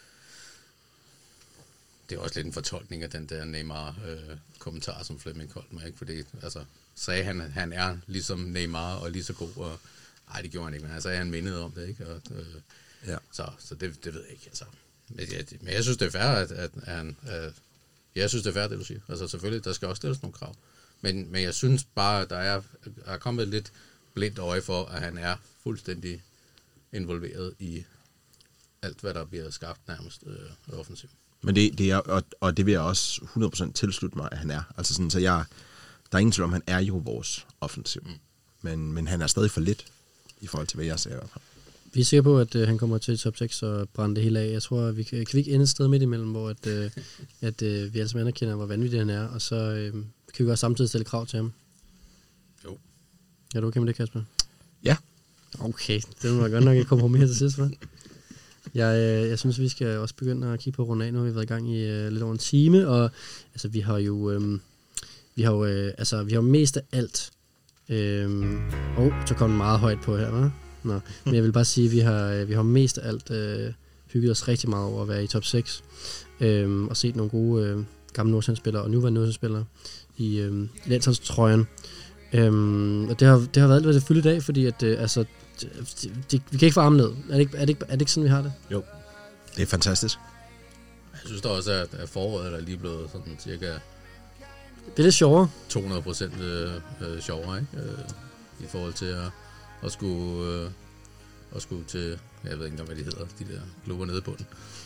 det er også lidt en fortolkning af den der Neymar-kommentar, øh, som Flemming holdt mig, ikke? Fordi, altså, sagde han, at han er ligesom Neymar og lige så god, og nej, det gjorde han ikke, men han sagde, at han mindede om det, ikke? Og, øh, ja. Så, så det, det ved jeg ikke, altså. Men jeg, men jeg synes, det er fair, at, at, at han... At, jeg synes, det er fair, det du siger. Altså, selvfølgelig, der skal også stilles nogle krav. Men, men jeg synes bare, at der er, er kommet lidt blindt øje for, at han er fuldstændig involveret i alt, hvad der bliver skabt nærmest øh, offensivt. Men det, det er, og, og det vil jeg også hundrede procent tilslutte mig, at han er. Altså sådan, så jeg, der er ingen tvivl om, han er jo vores offensiv. Mm. Men, men han er stadig for lidt, i forhold til, hvad jeg ser. Vi er sikre på, at øh, han kommer til top seks og brænder det hele af. Jeg tror, vi kan, kan vi ikke ende et sted midt imellem, hvor at, øh, at, øh, vi alle sammen anerkender, hvor vanvittig han er, og så øh, kan vi også samtidig stille krav til ham. Jo. Er du okay med det, Kasper? Ja. Okay, det må godt nok ikke kompromis her til sidst, hva'? Jeg, øh, jeg synes, vi skal også begynde at kigge på rundt af. Nu har vi været i gang i øh, lidt over en time, og altså, vi har jo, øh, vi har jo, øh, altså, vi har jo mest af alt. Øh, oh, så kom den meget højt på her, hva'? Nå, men jeg vil bare sige, at vi har, vi har mest af alt øh, hygget os rigtig meget over at være i top seks, øh, og set nogle gode øh, gamle Nordsjælland-spillere og nuværende Nordsjælland-spillere i øh, landsholdstrøjen. Øh, og det har, det har været lidt fyldt i dag, fordi at, øh, altså, det, det, vi kan ikke få armen ned. Er det ikke, er, det ikke, er det ikke sådan, vi har det? Jo, det er fantastisk. Jeg synes da også, at, at foråret er lige blevet sådan cirka... Det er lidt sjovere. to hundrede procent øh, sjovere, ikke? Øh, i forhold til at... Og skulle, øh, og skulle til, jeg ved ikke engang, hvad de hedder, de der klubber nede i bunden.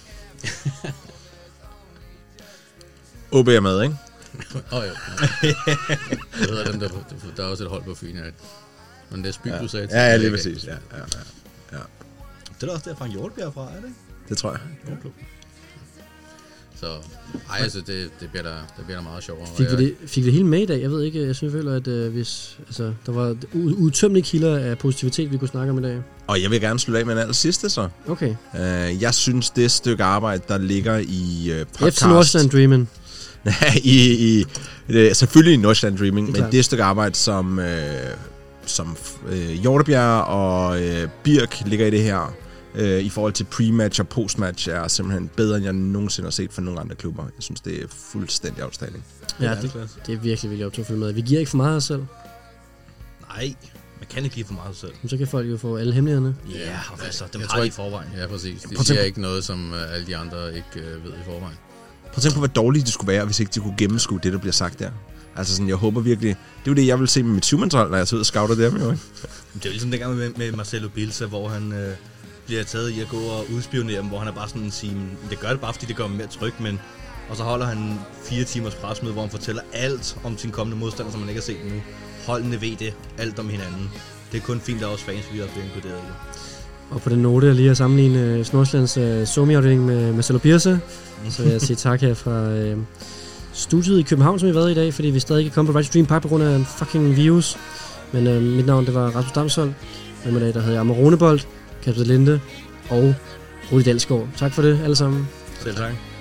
O B er med, ikke? Åh oh, jo. Det hedder dem, der, der er også et hold på Fyn, ikke? Men det er Spy, ja. Du sagde til. Ja, ja, lige præcis. Ja, ja, ja, ja. Det er da også der Frank Hjortbjerg fra, er det ikke? Det tror jeg. Ja, så ej, altså, det, det, bliver der, det bliver der meget sjovere. Fik vi, det, fik vi det hele med i dag? Jeg ved ikke, jeg synes føler, at uh, hvis, altså, der var udtømmelige kilder af positivitet, vi kunne snakke om i dag. Og jeg vil gerne slutte af med en aller sidste, så. Okay. Uh, jeg synes, det stykke arbejde, der ligger i uh, podcast... F C Nordsjælland Dreaming. i, i, uh, selvfølgelig i Nordsjælland Dreaming, det men det stykke arbejde, som, uh, som uh, Hjortebjerg og uh, Birk ligger i det her... i forhold til pre-match og post-match er simpelthen bedre, end jeg nogensinde har set fra nogle andre klubber. Jeg synes, det er fuldstændig afstanding. Ja, det, det er virkelig, virkelig op til at følge med. Vi giver ikke for meget af os selv. Nej, man kan ikke give for meget af os selv. Men så kan folk jo få alle hemmelighederne. Ja, yeah, altså, dem jeg har de i forvejen. Ja, præcis. De siger ikke noget, som uh, alle de andre ikke uh, ved i forvejen. Prøv at tænke på, hvor dårligt det skulle være, hvis ikke de kunne gennemskue det, der bliver sagt der. Altså sådan, jeg håber virkelig... Det er jo det, jeg vil se med mit syv-mandshold, når jeg tager ud og scouter dem, jo, ikke? Det er jo ligesom dengang med, med Marcelo Bielsa, hvor han... Øh bliver taget i at gå og udspionere dem, hvor han er bare sådan en sige, det gør det bare, fordi det gør mig mere tryg, men og så holder han fire timers presmøde, hvor han fortæller alt om sin kommende modstander, som man ikke har set nu. Holdene ved det, alt om hinanden. Det er kun fint, at også fans, vi også bliver inkluderet i det. Og på den note, jeg lige har sammenlignet Nordsjællands uh, somi-afdeling med Marcelo Bielsa, mm. så vil jeg sige tak her fra, uh, studiet i København, som vi har været i dag, fordi vi stadig kan komme på Right Stream Park på grund af en fucking virus. Men øh, mit navn, det var Rasmus Damsholm. Med mig i dag, der havde jeg Amarone Bold, Kasper Linde og Rudi Dalsgaard. Tak for det, alle sammen. Selv tak.